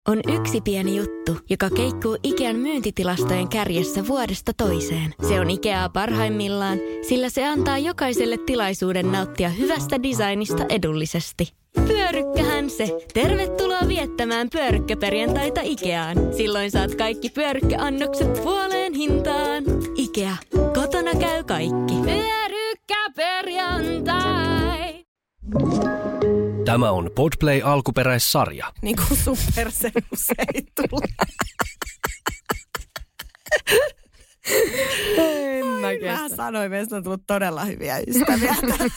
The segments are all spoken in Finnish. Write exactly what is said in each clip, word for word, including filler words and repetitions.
on yksi pieni juttu, joka keikkuu Ikean myyntitilastojen kärjessä vuodesta toiseen. Se on Ikeaa parhaimmillaan, sillä se antaa jokaiselle tilaisuuden nauttia hyvästä designista edullisesti. Pyörykkähän se! Tervetuloa viettämään pyörykkäperjantaita Ikeaan. Silloin saat kaikki pyörykkäannokset puoleen hintaan. Ikea. Kotona käy kaikki. Pyörykkäperjantai! Tämä on Podplay alkuperäissarja. Niin kuin sun perse usein tulee. En mä kestä. Mä sanoin, meistä on tullut todella hyviä ystäviä.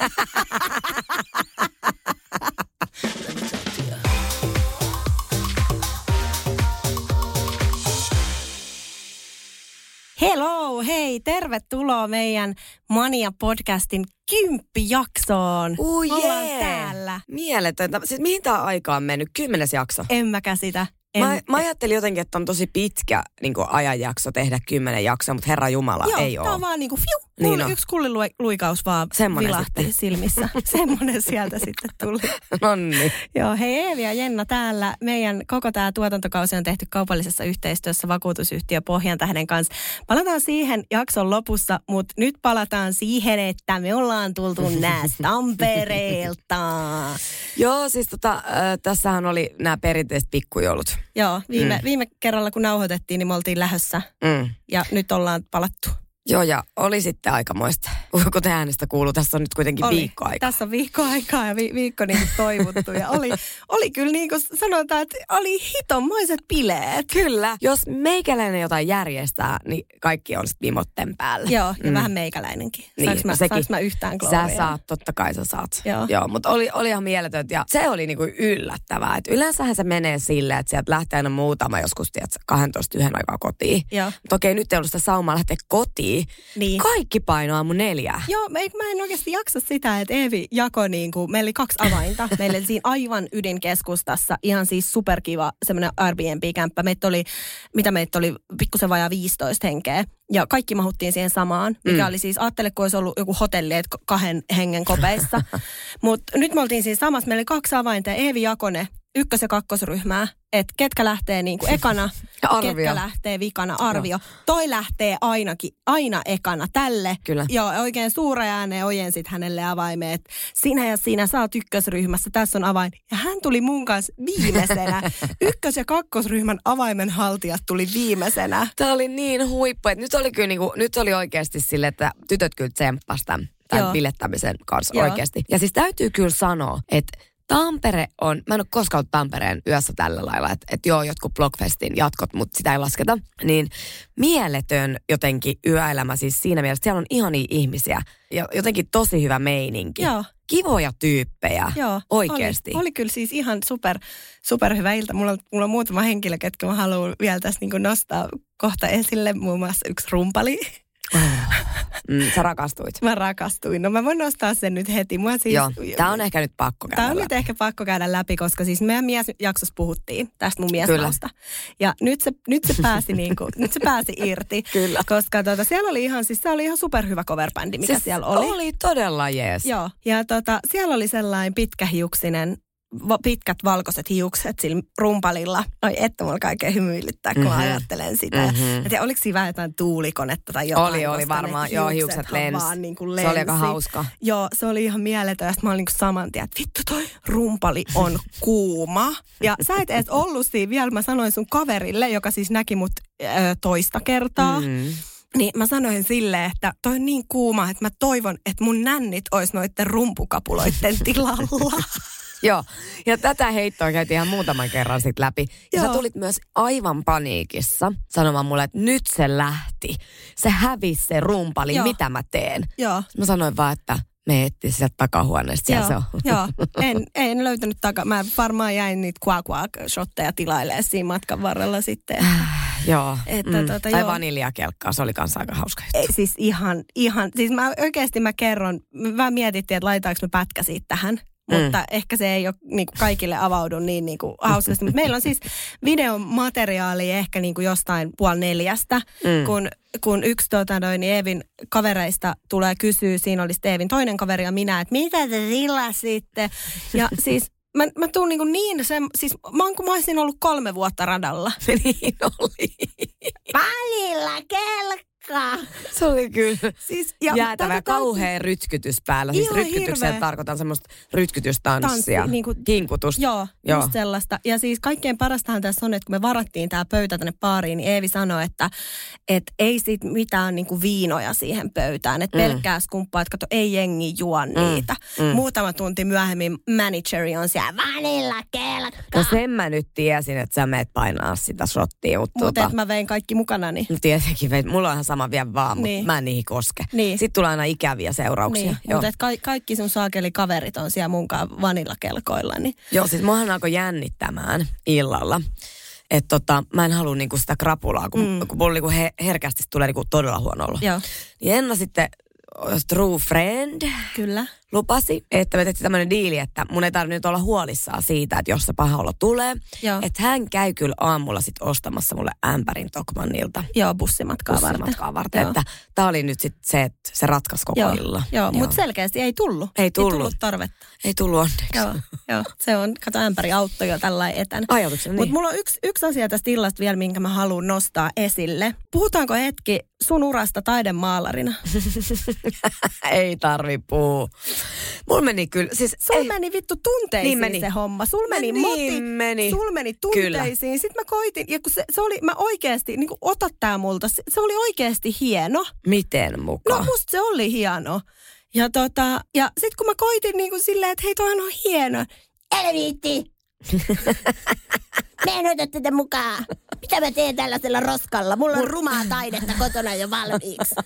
Hello, hei, tervetuloa meidän Mania-podcastin kymppijaksoon. Ui Ollaan jee. täällä. Mieletöntä. Siis mihin tää aika on mennyt? Kymmenes jakso. En mä käsitä. En. Mä, mä ajattelin jotenkin, että on tosi pitkä niin kuin ajanjakso tehdä kymmenen jaksoa, mutta Herra Jumala Joo, ei tää ole. on vaan niinku fiu. Niin Mulla on. yksi kulliluikaus vaan Semmonen vilahti sitten. silmissä. Semmonen sieltä sitten tuli. Nonni. Joo, hei Eevi ja Jenna täällä. Meidän koko tämä tuotantokausi on tehty kaupallisessa yhteistyössä vakuutusyhtiö Pohjantähden kanssa. Palataan siihen jakson lopussa, mutta nyt palataan siihen, että me ollaan tultu nääs Tampereelta. Joo, siis tota, äh, tässähän oli nämä perinteiset pikkujoulut. Joo, viime, Mm. viime kerralla kun nauhoitettiin, niin me oltiin lähdössä Mm. ja nyt ollaan palattu. Joo, ja oli sitten aikamoista. Kuten äänestä kuuluu, tässä on nyt kuitenkin Oli. viikko aikaa. Tässä on viikko aikaa ja vi- viikko niin kuin toivottu. Ja oli, oli kyllä niin kuin sanotaan, että oli hitonmoiset bileet. Kyllä. Jos meikäläinen jotain järjestää, niin kaikki on sitten vimotten päällä. Joo, ja Mm. vähän meikäläinenkin. Niin, Saanko mä, no sekin. saanko mä yhtään klooria? Sä saat, totta kai sä saat. Joo. Joo, mutta oli, oli ihan mieletöntä ja se oli niinku yllättävää. Et yleensähän se menee silleen, että sieltä lähtee aina muutama joskus, tiedätkö, kaksitoista yhden aikaa kotiin. Joo. Mutta okei, nyt ei ollut sitä saumaa lähteä kotiin. Niin. Kaikki painoa aamu neljää. Joo, mä, mä en oikeasti jaksa sitä, että Eevi jakoi niin kuin, meillä oli kaksi avainta. Meillä oli siinä aivan ydinkeskustassa ihan siis superkiva semmoinen Airbnb-kämppä. Meitä oli, mitä meitä oli, pikkusen vajaa viisitoista henkeä. Ja kaikki mahuttiin siihen samaan, mikä mm. oli siis, ajattele, kun olisi ollut joku hotelli, että kahden hengen kopeissa. Mutta nyt me oltiin siinä samassa, meillä oli kaksi avainta ja Eevi jakoi ne ykkös- ja kakkosryhmää. Että ketkä lähtee niinku ekana, Arvio. ketkä lähtee vikana, arvio. Toi lähtee ainakin, aina ekana tälle. Kyllä. Joo, oikein suura ääneen ojensit hänelle avaimen, että sinä ja sinä saat ykkösryhmässä, tässä on avain. Ja hän tuli mun kanssa viimeisenä. Ykkös- ja kakkosryhmän avaimen haltijat tuli viimeisenä. Tämä oli niin huippu, että nyt oli kyllä niinku, nyt oli oikeasti sille, että tytöt kyllä tsemppasi tämän, Joo. tämän bilettämisen kanssa Joo. oikeasti. Ja siis täytyy kyllä sanoa, että Tampere on, mä en ole koskaan ollut Tampereen yössä tällä lailla, että et joo, jotkut Blockfestin jatkot, mutta sitä ei lasketa. Niin mieletön jotenkin yöelämä siis siinä mielessä, että siellä on ihania ihmisiä ja jotenkin tosi hyvä meininki. Joo. Kivoja tyyppejä, Joo, oikeasti. Oli, oli kyllä siis ihan super, super hyvä ilta. Mulla on, mulla on muutama henkilö, ketkä mä haluan vielä tässä niin kuin nostaa kohta esille. Muun muassa yksi rumpali. Mm, sä rakastuit. Mä rakastuin. No mä voin nostaa sen nyt heti. Mua siis, Joo, tää on ehkä nyt pakko käydä Tämä on läpi. nyt ehkä pakko käydä läpi, koska siis meidän miesjaksossa puhuttiin tästä mun miesmausta. Ja nyt se, nyt se pääsi niinku, nyt se pääsi irti. Kyllä. Koska tota, siellä oli ihan, siis se oli ihan superhyvä coverbändi, mikä Siis siellä oli. Oli todella jees. Joo, ja tota, siellä oli sellainen pitkähiuksinen, va, pitkät valkoiset hiukset sillä rumpalilla. Oi, että mulla kaikkein hymyilyttää, kun mm-hmm. ajattelen sitä. Mm-hmm. Ja tiedä, oliko siinä vähän jotain tuulikonetta tai jotain? Oli, oli koska varmaan. ne Joo, hiukset lensi. Vaan niin kuin Se lensi. oli aika hauska. Joo, se oli ihan mieletön. Ja sitten mä olin niin saman tien, että vittu toi rumpali on kuuma. Ja sä et edes ollut siinä vielä. Mä sanoin sun kaverille, joka siis näki mut ö, toista kertaa. Mm. Niin mä sanoin silleen, että toi on niin kuuma, että mä toivon, että mun nännit olisi noitten rumpukapuloitten tilalla. Joo, ja tätä heittoa käytiin ihan muutaman kerran sitten läpi. Ja Joo. sä tulit myös aivan paniikissa sanomaan mulle, että nyt se lähti. Se hävisi se rumpali, Joo. mitä mä teen. Joo. Mä sanoin vaan, että me etsi sieltä takahuoneesta, siellä se on. Joo, en, en löytänyt takaa. Mä varmaan jäin niitä kuak-kuak-shotteja tilailemaan siinä matkan varrella sitten. Joo, Että mm. tota, tai joo. vaniljakelkkaa, se oli kanssa aika hauska juttu. Ei, siis ihan, ihan, siis mä oikeasti mä kerron, mä mietittiin, että laitaanko me pätkä siitä tähän. Mutta mm. ehkä se ei ole niin kuin kaikille avaudu niin, niin kuin hauskasti. Mutta meillä on siis videomateriaali ehkä niin kuin jostain puoli neljästä, mm. kun, kun yksi tota, noin, Eevin kavereista tulee kysyä, siinä oli Eevin toinen kaveri ja minä, että mitä te tilasitte? Ja siis mä, mä tuun niin, niin se, siis mä oon kun mä olisin ollut kolme vuotta radalla. Niin oli. Välillä kelkka. Se oli kyllä siis, ja jäätävä kauhea rytkytys päällä. Siis rytkytykseen tarkoitan semmoista rytkytystanssia, Tanssi, niin kuin, hinkutusta. Joo, joo, just sellaista. Ja siis kaikkein parastahan tässä on, että kun me varattiin tämä pöytä tänne baariin, niin Eevi sanoi, että et ei sit mitään niin kuin viinoja siihen pöytään. Että mm. pelkkää skumppaa, että kato, ei jengi juo niitä. Mm. Mm. Muutama tunti myöhemmin manageri on siellä, vanilla kelkka. No sen mä nyt tiesin, että sä meet painaa sitä shottia. Mutta Mut tota, mä vein kaikki mukanani. No tietenkin vein. Mulla on ihan sama vielä vaan, mutta niin. Mä en niihin koske. Niin. Sitten tulee aina ikäviä seurauksia. Niin. Mutta ka- kaikki sun saakeli-kaverit on siellä munkaan vanillakelkoilla. Niin. Joo, siis muahan alkoi jännittämään illalla. Että tota, mä en halua niinku sitä krapulaa, kun, mm. kun mulla niinku he, herkästi tulee niinku todella huono olo. Joo. Niin Enna sitten, true friend, kyllä, lupasi, että me tehtiin tämmöinen diili, että mun ei tarvitse nyt olla huolissaan siitä, että jos se paha olo tulee. Joo. Että hän käy kyllä aamulla sit ostamassa mulle ämpärin Tokmannilta. Joo, bussimatkaa varten. Bussimatkaa varten, Joo. että tää oli nyt sit se, että se ratkaisi koko Joo. illa. Joo, Joo. mutta selkeästi ei tullut. Ei tullut. Ei tullut tarvetta. Ei tullut onneksi. Joo, Joo. se on, kato ämpäri autto jo tällainen etän. Ajatuksena niin. Mutta mulla on yksi, yksi asia tästä illasta vielä, minkä mä haluan nostaa esille. Puhutaanko hetki sun urasta taidemaalarina? Ei tarvi puhua. Mulla meni kyllä, siis Sul ei. meni vittu tunteisiin niin meni. Se homma. Sul meni niin moti, meni. Sul meni tunteisiin. Kyllä. Sitten mä koitin, ja kun se, se oli, mä oikeesti, niin kuin ota tää multa, se, se oli oikeesti hieno. Miten mukaan? No musta se oli hieno. Ja tota, ja sit kun mä koitin niin kuin silleen, että hei toihan on hieno. Älä viitti. Mä en ota tätä mukaan. Mitä mä teen tällaisella roskalla? Mulla on rumaa taidetta kotona jo valmiiksi.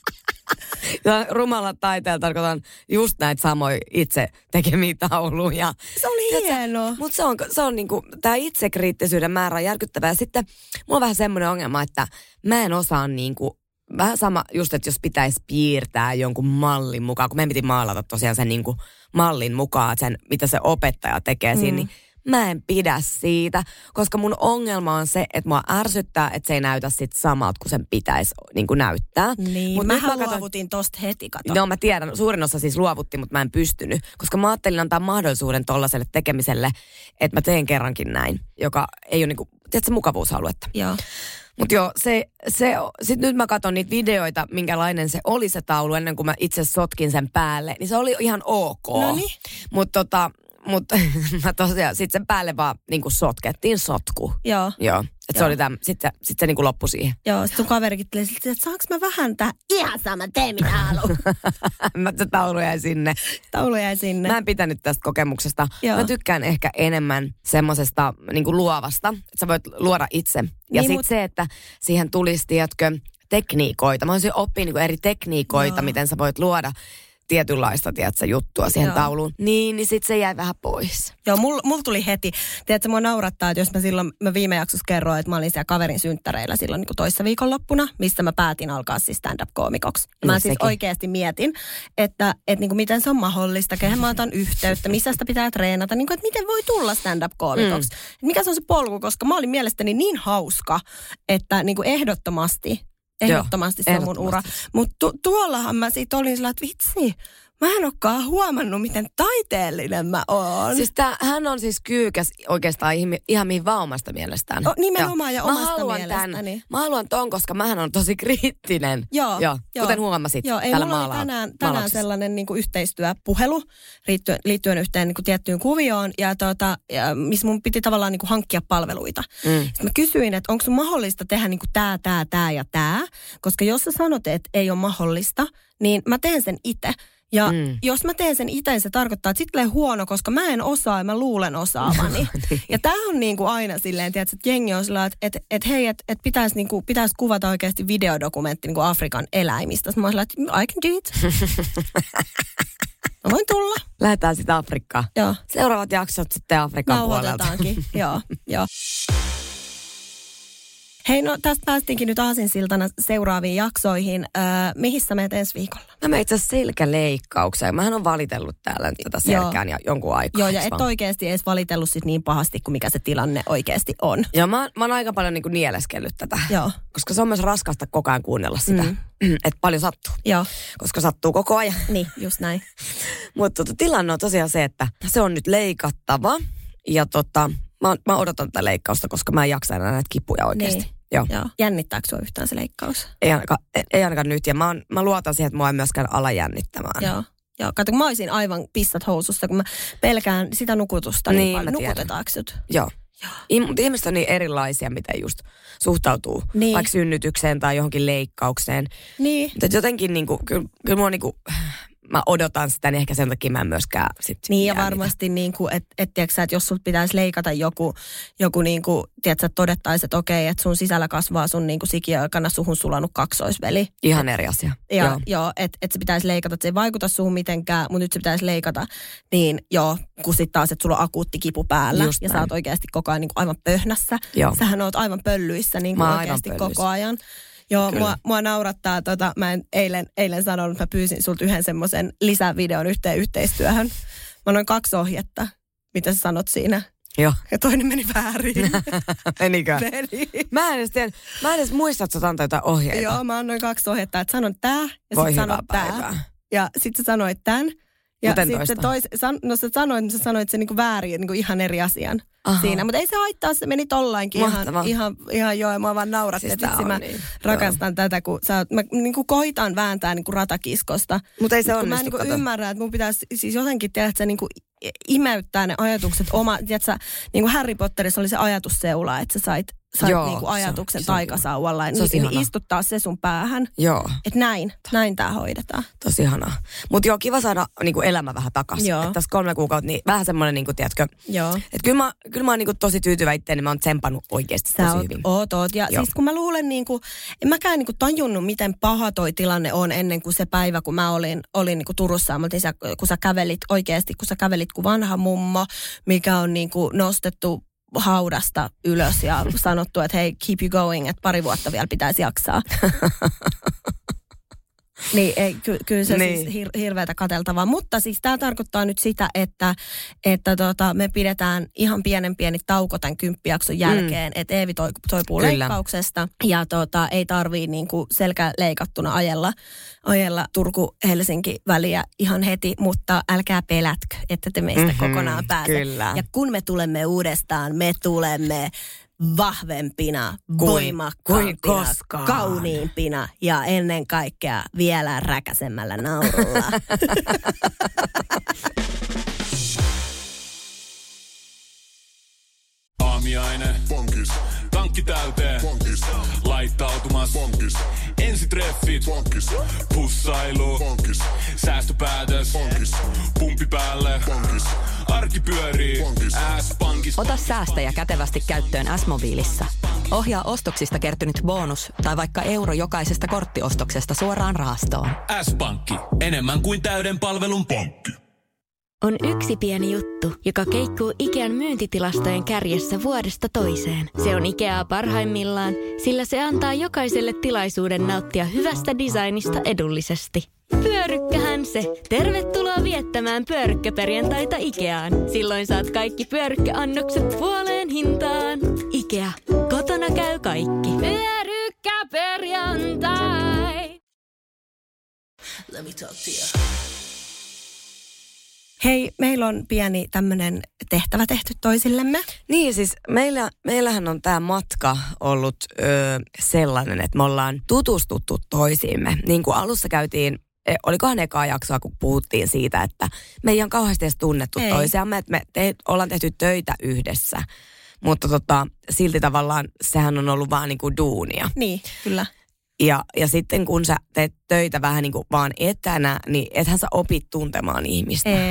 Ja rumalla taiteella tarkoitan just näitä samoja itse tekemiä tauluja. Se oli hienoa. Mutta se on, se on niinku, tää itsekriittisyyden määrä on järkyttävää. Sitten mulla on vähän semmoinen ongelma, että mä en osaa niinku, vähän sama just, että jos pitäisi piirtää jonkun mallin mukaan, kun meidän piti maalata tosiaan sen niinku mallin mukaan, sen, mitä se opettaja tekee mm. siinä, niin mä en pidä siitä, koska mun ongelma on se, että mua ärsyttää, että se ei näytä sit samalta, kun sen pitäisi niin kuin näyttää. Niin, mut mähän mä luovutin tosta heti, kato. No mä tiedän, suurin osa siis luovutti, mutta mä en pystynyt, koska mä ajattelin antaa mahdollisuuden tollaselle tekemiselle, että mä teen kerrankin näin, joka ei ole niin kuin, tiedätkö, mukavuusaluetta. Joo. Mutta joo, se, se, sit nyt mä katson niitä videoita, minkälainen se oli se taulu ennen kuin mä itse sotkin sen päälle, niin se oli ihan ok. Noniin. Mutta tota, Mutta mä tosiaan, sit sen päälle vaan niinku sotkettiin sotku. Joo. Joo. Että se oli täm, sit se, sit se niinku loppui siihen. Joo, sit sun kaverikin tuli siltä, että saanko mä vähän tää ihan sama, tee mitä haluan. Mä se taulu jäi sinne. Taulu jäi sinne. Mä en pitänyt tästä kokemuksesta. Joo. Mä tykkään ehkä enemmän semmosesta niinku luovasta, että sä voit luoda itse. Ja niin, sit mut... se, että siihen tulisi, tiedätkö, tekniikoita. Mä olisin oppinut niinku eri tekniikoita, Joo. miten sä voit luoda tietynlaista, tiedätkö, juttua siihen Joo. tauluun. Niin, niin sit se jäi vähän pois. Joo, mulla mul tuli heti. Tiedätkö, mua naurattaa, että jos mä silloin, mä viime jaksossa kerroin, että mä olin siellä kaverin synttäreillä silloin niin kuin toissa viikonloppuna, missä mä päätin alkaa siis stand-up-koomikoksi. Mä no, siis sekin. Oikeasti mietin, että, että niin kuin miten se on mahdollista, kehen mä otan yhteyttä, missä sitä pitää treenata, niin kuin, että miten voi tulla stand-up-koomikoksi. Mm. Mikä se on se polku, koska mä olin mielestäni niin hauska, että niin kuin ehdottomasti Ehdottomasti Joo, se on mun ura. Mutta tu- tuollahan mä sit olin sillä, että vitsi, mä en olekaan huomannut, miten taiteellinen mä oon. Siis tää, hän on siis kyykäs oikeastaan ihan mihin vaan omasta mielestään. O, nimenomaan ja, ja omasta mä mielestäni. Tämän, mä haluan ton, koska mähän on tosi kriittinen. Joo. Joo, joo. Kuten huomasit. Joo, ei mulla maala- oli tänään, tänään sellainen niin kuin yhteistyöpuhelu liittyen, liittyen yhteen niin kuin tiettyyn kuvioon, ja tota, ja, missä mun piti tavallaan niin kuin hankkia palveluita. Mm. Sitten mä kysyin, että onko sun mahdollista tehdä niin kuin tää, tää, tää ja tää, koska jos sä sanot, että ei ole mahdollista, niin mä teen sen itse. Ja mm. jos mä teen sen itse, se tarkoittaa, että sit tulee huono, koska mä en osaa ja mä luulen osaavani. niin. Ja tää on niinku aina silleen, tiedätkö, että jengi on sillä, että et, et, hei, että et pitäisi niinku, pitäis kuvata oikeasti videodokumentti niinku Afrikan eläimistä. Sitten mä oon sillä, että I can do it. Mä voin tulla. Lähdetään sitten Afrikkaan. Joo. Seuraavat jaksot sitten Afrikan puolelta. Nauhoitetaankin, joo, joo. Hei, no tästä päästiinkin nyt aasinsiltana seuraaviin jaksoihin. Öö, mihin sä menet ensi viikolla? Mä menen itse asiassa selkäleikkaukseen. Mähän on valitellut täällä tätä selkään ja jonkun aikaa. Joo, ja et oikeasti edes valitellut sit niin pahasti kuin mikä se tilanne oikeasti on. Joo, mä, mä oon aika paljon niinku nieleskellyt tätä. Joo. Koska se on myös raskasta koko ajan kuunnella sitä. Mm. Että paljon sattuu. Joo. Koska sattuu koko ajan. Niin, just näin. Mutta tota, tilanne on tosiaan se, että se on nyt leikattava. Ja tota, mä, mä odotan tätä leikkausta, koska mä en jaksa enää näitä kipuja oikeasti. Niin. Joo. Joo. Jännittääkö sua yhtään se leikkaus? Ei ainakaan, ei ainakaan nyt. Ja mä, on, mä luotan siihen, että mua ei myöskään ala jännittämään. Joo. Joo, kato, kun mä olisin aivan pissat housussa, kun mä pelkään sitä nukutusta niin, niin paljon. Nukutetaanko sut? Joo. Joo. Mutta ihmiset on niin erilaisia, miten just suhtautuu niin. vaikka synnytykseen tai johonkin leikkaukseen. Niin. Mutta jotenkin niinku, kyllä, kyllä mua niinku, mä odotan sitä, niin ehkä sen takia mä en myöskään sit niin ja jännitä. varmasti niinku, että et, et, et jos sulta pitäisi leikata joku, joku niinku, tiedätkö, todettaisiin, että okei, että sun sisällä kasvaa sun niinku sikiöaikana suhun sulanut kaksoisveli. Ihan eri asia. Ja, joo, joo että et se pitäisi leikata, että se ei vaikuta suhun mitenkään, mutta nyt se pitäisi leikata, niin joo, kun sitten taas, että sulla on akuutti kipu päällä just ja näin. sä oot oikeasti koko ajan niinku aivan pöhnässä. Joo. Sähän oot aivan pöllyissä niinku oikeasti koko ajan. Joo, mua, mua naurattaa, tota, mä en eilen, eilen sanonut, että mä pyysin sulta yhden semmoisen lisävideon yhteen yhteistyöhön. Mä annoin kaksi ohjetta. Mitä sä sanot siinä? Joo. Ja toinen meni väärin. Menikö? Meni. Mä en edes, tiedä, mä en edes muista, että sä oot antaa jotain ohjeita. Joo, mä annoin kaksi ohjetta, että sanon tää ja voi sit hyvää sanon tää. päivää. Ja sit sä sanoit tän. Ja muten sitten tois, san, no sä sanoit, niin sä sanoit sen niinku väärin, niinku ihan eri asian. Aha. Siinä. Mutta ei se haittaa, se meni tollainkin ihan, ihan, ihan joo, ja mua vaan nauratti, siis että mä niin. rakastan joo. tätä, kun sä, mä niinku koitan vääntää niinku ratakiskosta. Mutta ei se onnistu. Mä niinku ymmärrän, että mun pitäisi siis jotenkin tehdä, että sä niinku imeyttää ne ajatukset oma, tiedätkö, niin kuin Harry Potterissa oli se ajatusseula, että sä sait, sait joo, niinku ajatuksen se, taikasauvalla, se niin, niin istuttaa se sun päähän. Joo. Että näin, näin tää hoidetaan. Tosi ihanaa. Mutta joo, kiva saada niinku elämä vähän takaisin. Että tässä kolme kuukautta, niin vähän semmoinen, niinku, tiedätkö, että kyllä mä, kyllä mä oon niinku tosi tyytyvä itteeni, mä oon tsempannut oikeasti tosi oot, hyvin. Oot, oot. Ja joo. Siis kun mä luulen, niinku, en mäkään niinku tajunnut, miten paha toi tilanne on ennen kuin se päivä, kun mä olin, olin niinku Turussa. Ja mä oltiin, kun sä kävelit oikeasti, kun sä kävelit kuin vanha mummo, mikä on niinku nostettu haudasta ylös ja sanottu, että hei, keep you going, että pari vuotta vielä pitäisi jaksaa. Niin, ei, ky- kyllä se niin. Siis hir- hirveätä katseltavaa. Mutta siis tämä tarkoittaa nyt sitä, että, että tota, me pidetään ihan pienen pieni tauko tämän kymppijakson jälkeen, mm. että Eevi toipuu kyllä. leikkauksesta ja tota, ei tarvii niinku selkä leikattuna ajella, ajella Turku-Helsinki-väliä ihan heti, mutta älkää pelätkö, että te meistä mm-hmm, kokonaan pääse. Kyllä. Ja kun me tulemme uudestaan, me tulemme vahvempina, voimakkaampina, kauniimpina ja ennen kaikkea vielä räkäsemmällä naurulla. Aamiainen. Bonkis. Tankki täyteen. Bonkis. Laittautumas. Bonkis. Ensitreffit. Bonkis. Pussailu. Bonkis. Säästöpäätös. Bonkis. Pumpi päälle. Bonkis. Arki pyörii. S-pankis. Ota säästäjä kätevästi käyttöön S-mobiilissa. Ohjaa ostoksista kertynyt bonus tai vaikka euro jokaisesta korttiostoksesta suoraan rahastoon. S-pankki. Enemmän kuin täyden palvelun pankki. On yksi pieni juttu, joka keikkuu Ikean myyntitilastojen kärjessä vuodesta toiseen. Se on Ikeaa parhaimmillaan, sillä se antaa jokaiselle tilaisuuden nauttia hyvästä designista edullisesti. Pyörykkähän se! Tervetuloa viettämään pyörykkäperjantaita Ikeaan. Silloin saat kaikki pyörykkäannokset puoleen hintaan. Ikea. Kotona käy kaikki. Pyörykkäperjantai! Let me talk to you. Hei, meillä on pieni tämmöinen tehtävä tehty toisillemme. Niin, siis meillä, meillähän on tämä matka ollut ö, sellainen, että me ollaan tutustuttu toisiimme. Niin kuin alussa käytiin, olikohan ekaa jaksoa, kun puhuttiin siitä, että me ei ihan kauheasti edes tunnettu ei. toisiamme, että me te, ollaan tehty töitä yhdessä. Mutta tota, silti tavallaan sehän on ollut vaan niin kuin duunia. Niin, kyllä. Ja, ja sitten kun sä teet töitä vähän niin kuin vaan etänä, niin ethän sä opit tuntemaan ihmistä. Ei,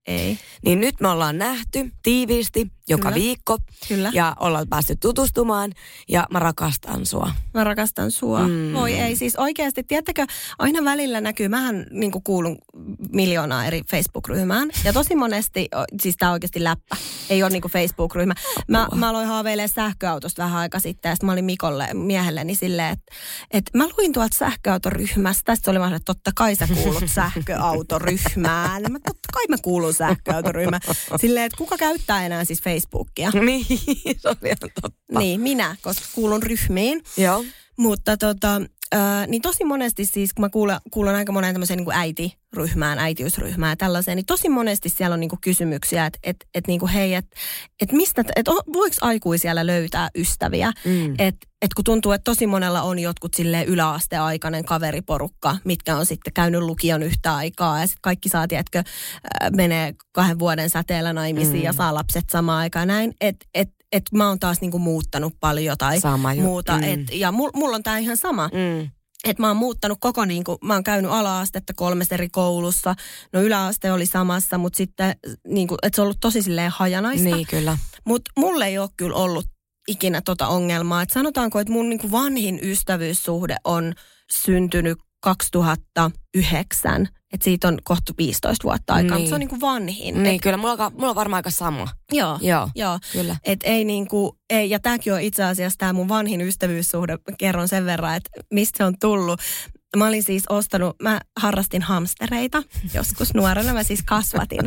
Ei. Niin nyt me ollaan nähty tiiviisti joka Kyllä. viikko. Kyllä. Ja ollaan päästy tutustumaan ja mä rakastan sua. Mä rakastan sua. Mm. Voi ei, siis oikeasti, tiedättekö, aina välillä näkyy, mähän niin kuin kuulun miljoonaa eri Facebook-ryhmään. Ja tosi monesti, siis tää on oikeasti läppä, ei ole niin kuin Facebook-ryhmä. Mä, mä aloin haaveilemaan sähköautosta vähän aika sitten, ja sitten mä olin Mikolle, miehelleni silleen, että, että mä luin tuolta sähköautoryhmästä. Sitten se oli vaan, että totta kai sä kuulut sähköautoryhmään. Mä totta kai mä kuulun sähköautoryhmään. Silleen, että kuka käyttää enää siis Facebookia? Niin, se on ihan totta. Niin, minä, koska kuulun ryhmiin. Joo. Mutta tota, äh, niin tosi monesti siis, kun mä kuulen, kuulen aika moneen tämmöiseen niin kuin äitiryhmään, äitiysryhmään ja tällaiseen, niin tosi monesti siellä on niin kuin kysymyksiä, että et, et niin kuin hei, että et mistä, että voiko aikuisella löytää ystäviä? Mm. Että et kun tuntuu, että tosi monella on jotkut silleen yläasteaikainen kaveriporukka, mitkä on sitten käynyt lukion yhtä aikaa ja sitten kaikki saa, tiedätkö, äh, menee kahden vuoden säteellä naimisiin mm. ja saa lapset samaan aikaan näin, että et, että mä oon taas niinku muuttanut paljon tai sama muuta. Mm. Et, ja mulla mul on tää ihan sama. Mm. Että mä oon muuttanut koko niinku, mä oon käynyt ala-astetta kolmessa eri koulussa. No yläaste oli samassa, mutta sitten niinku, että se on ollut tosi silleen hajanaista. Niin kyllä. Mutta mulla ei ole kyllä ollut ikinä tota ongelmaa. Että sanotaanko, että mun niinku vanhin ystävyyssuhde on syntynyt kaksituhattayhdeksän. Että siitä on kohta viisitoista vuotta aikaa, niin. Se on niinku vanhin. Niin, et, kyllä. Mulla on, mulla on varmaan aika sama. Joo, joo, joo. Kyllä. Et ei niinku, ei, ja tämäkin on itse asiassa tämä mun vanhin ystävyyssuhde, kerron sen verran, että mistä se on tullut. Mä olin siis ostanut, mä harrastin hamstereita joskus nuorena, mä siis kasvatin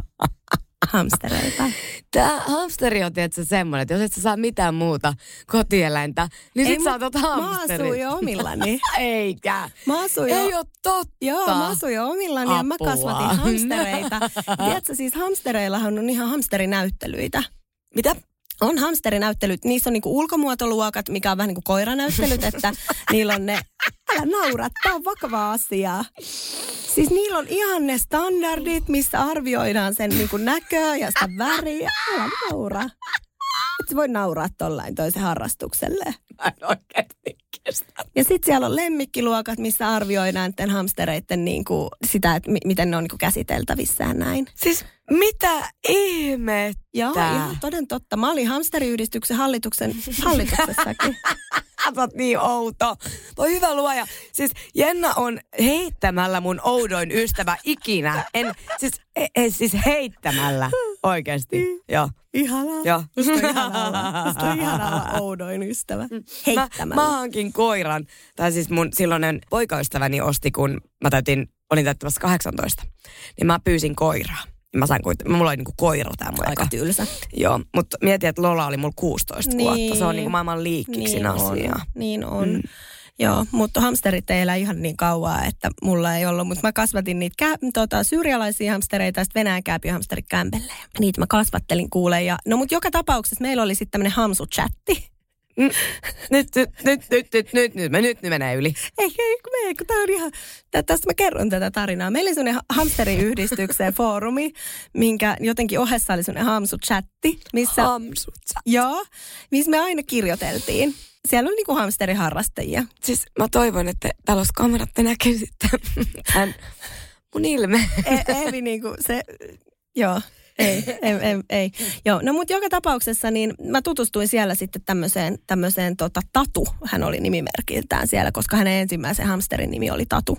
hamstereita. Tämä hamsteri on tietysti semmoinen, että jos et sä saa mitään muuta kotieläintä, niin sit sä otat hamsterin. Mä asuin jo omillani. Eikä. Mä asuin Ei jo, ole totta. Joo, mä asuin jo omillani ja mä kasvatin hamstereita. Tiedätkö, siis hamstereillahan on ihan hamsterinäyttelyitä. Mitä? On hamsterinäyttelyt. Niissä on niinku ulkomuotoluokat, mikä on vähän niin kuin koiranäyttelyt, että niillä on ne, älä naura, tää on vakava asia. Siis niillä on ihan ne standardit, missä arvioidaan sen niinku näköä ja sitä väriä. Älä naura. Et sä voi nauraa tollain toisen harrastukselle. Mä en oikeasti kestä. Ja sitten siellä on lemmikkiluokat, missä arvioidaan tämän hamstereiden niinku sitä, että m- miten ne on niinku käsiteltävissä ja näin. Siis mitä ihmettä? Joo, ihan toden totta. Mä olin hamsteriyhdistyksen hallituksen hallituksessakin. Sä oot niin outo. Voi hyvä luoja. Siis Jenna on heittämällä mun oudoin ystävä ikinä. En, siis, e, e, siis heittämällä oikeasti. Joo. Ihanaa. Joo. Musta on ihanaa olla. Musta on ihanaa olla oudoin ystävä. Heittämällä. Mä, mä hankin koiran. Tai siis mun silloinen poikaystäväni osti, kun mä täytin, olin täyttämässä kahdeksantoista. Niin mä pyysin koiraa. Mä sain kuitenkin, mulla oli niinku koira tää mun aika tylsä. Joo, mutta mietin, että Lola oli mulla kuusitoista niin, vuotta. Se on niinku maailman liikkiksin niin asia. On, niin on. Mm. Joo, mutta hamsterit ei elä ihan niin kauaa, että mulla ei ollut. Mutta mä kasvatin niitä kä- tota, syyrialaisia hamstereita ja sitten Venäjän kääpiöhamsterit kämpelle. Niitä mä kasvattelin kuuleen. Ja, no mutta joka tapauksessa meillä oli sitten tämmöinen hamsu-chatti. Mm. Nyt, nyt, nyt, nyt, nyt, nyt, nyt, nyt, nyt menee yli. Ei, ei, kun me, kun tää on ihan, tästä mä kerron tätä tarinaa. Meillä oli semmoinen hamsteriyhdistyksen foorumi, minkä jotenkin ohessa oli semmoinen hamsu-chatti. Missä, Hamsu-chatti. Joo, missä me aina kirjoiteltiin. Siellä oli niinku hamsteriharrastajia. Siis mä toivon, että talouskamerat te näkyisitte tämän mun ilme. Eevi niinku se, joo. Ei, ei, ei, ei. Joo, no mutta joka tapauksessa niin mä tutustuin siellä sitten tämmöiseen, tämmöiseen tota, Tatu. Hän oli nimimerkiltään siellä, koska hänen ensimmäisen hamsterin nimi oli Tatu.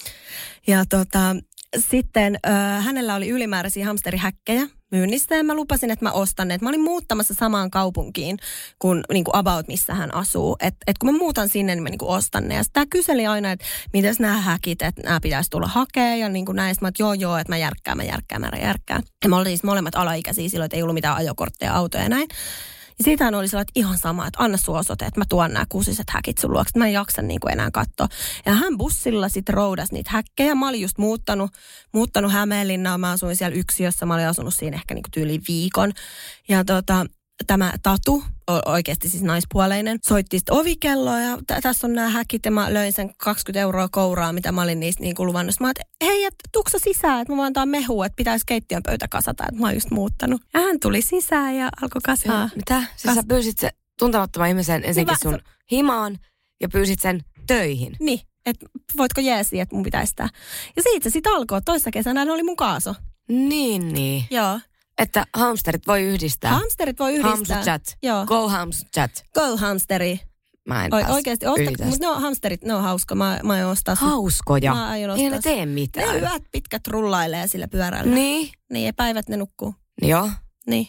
Ja tota, sitten äh, hänellä oli ylimääräisiä hamsterihäkkejä myynnissä ja mä lupasin, että mä ostan ne. Mä olin muuttamassa samaan kaupunkiin kuin, niin kuin about, missä hän asuu. Että et kun mä muutan sinne, niin mä niin kuin ostan ne. Ja sitten kyseli aina, että mitäs nämä häkit, että nämä pitäisi tulla hakea. Ja niin kuin näin, mä että joo joo, että mä järkkään, mä järkkään, mä järkkään. Ja me oltiin siis molemmat alaikäisiä silloin, että ei ollut mitään ajokortteja, autoja ja näin. Ja siitähän oli sellainen, että ihan sama, että anna sun osoite, että mä tuon nämä kusiset häkit sun luokse. Mä en jaksa niin kuin enää katsoa. Ja hän bussilla sitten roudasi niitä häkkejä. Mä olin just muuttanut, muuttanut Hämeenlinnaan. Mä asuin siellä yksiössä. Mä olin asunut siinä ehkä niin kuin tyyliin viikon. Ja tota, tämä Tatu, oikeasti siis naispuoleinen, soitti sitten ovikelloa ja t- tässä on nämä häkit ja mä löin sen kaksikymmentä euroa kouraa, mitä mä olin niistä niin kuin luvannut. Mä että hei, et, tuksa sisään, että mä voin antaa mehua, että pitäisi keittiön pöytä kasata, että mä oon just muuttanut. Ja hän tuli sisään ja alkoi kasaa. Mitä? Siis Kas... sä pyysit se tuntemattoman ihmisen ensinnäkin sun himaan ja pyysit sen töihin. Niin, että voitko jeesiä, että mun pitäisi tää. Ja siitä se sitten alkoi. Toissa kesänä oli mun kaaso. Niin, niin. Joo. Että hamsterit voi yhdistää. Hamsterit voi yhdistää. Hamsterchat. Joo. Go hamsterchat. Go hamsteri. Mä en Oi, pääs oikeasti, osta, yli tästä. mutta ne on hamsterit, ne on hauska. Mä, mä aion ostaa. Hauskoja. Mä aion Ei ostaa. ne tee mitään. Ne yöt pitkät rullailee sillä pyörällä. Niin. Niin, ja päivät ne nukkuu. Joo. Niin.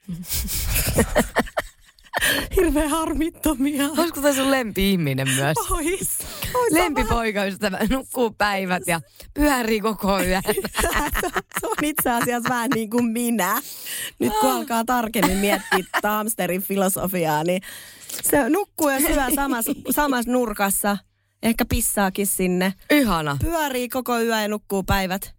Hirveän harmittomia. Olisiko toi sun lempi-ihminen myös? Ois. Ois Lempipoikaystävä nukkuu päivät ja pyörii koko yön. Se on itse asiassa vähän niin kuin minä. Nyt kun alkaa tarkemmin miettiä hamsterin filosofiaa, niin se nukkuu ja syö samassa, samassa nurkassa. Ehkä pissaakin sinne. Ihana. Pyörii koko yö ja nukkuu päivät.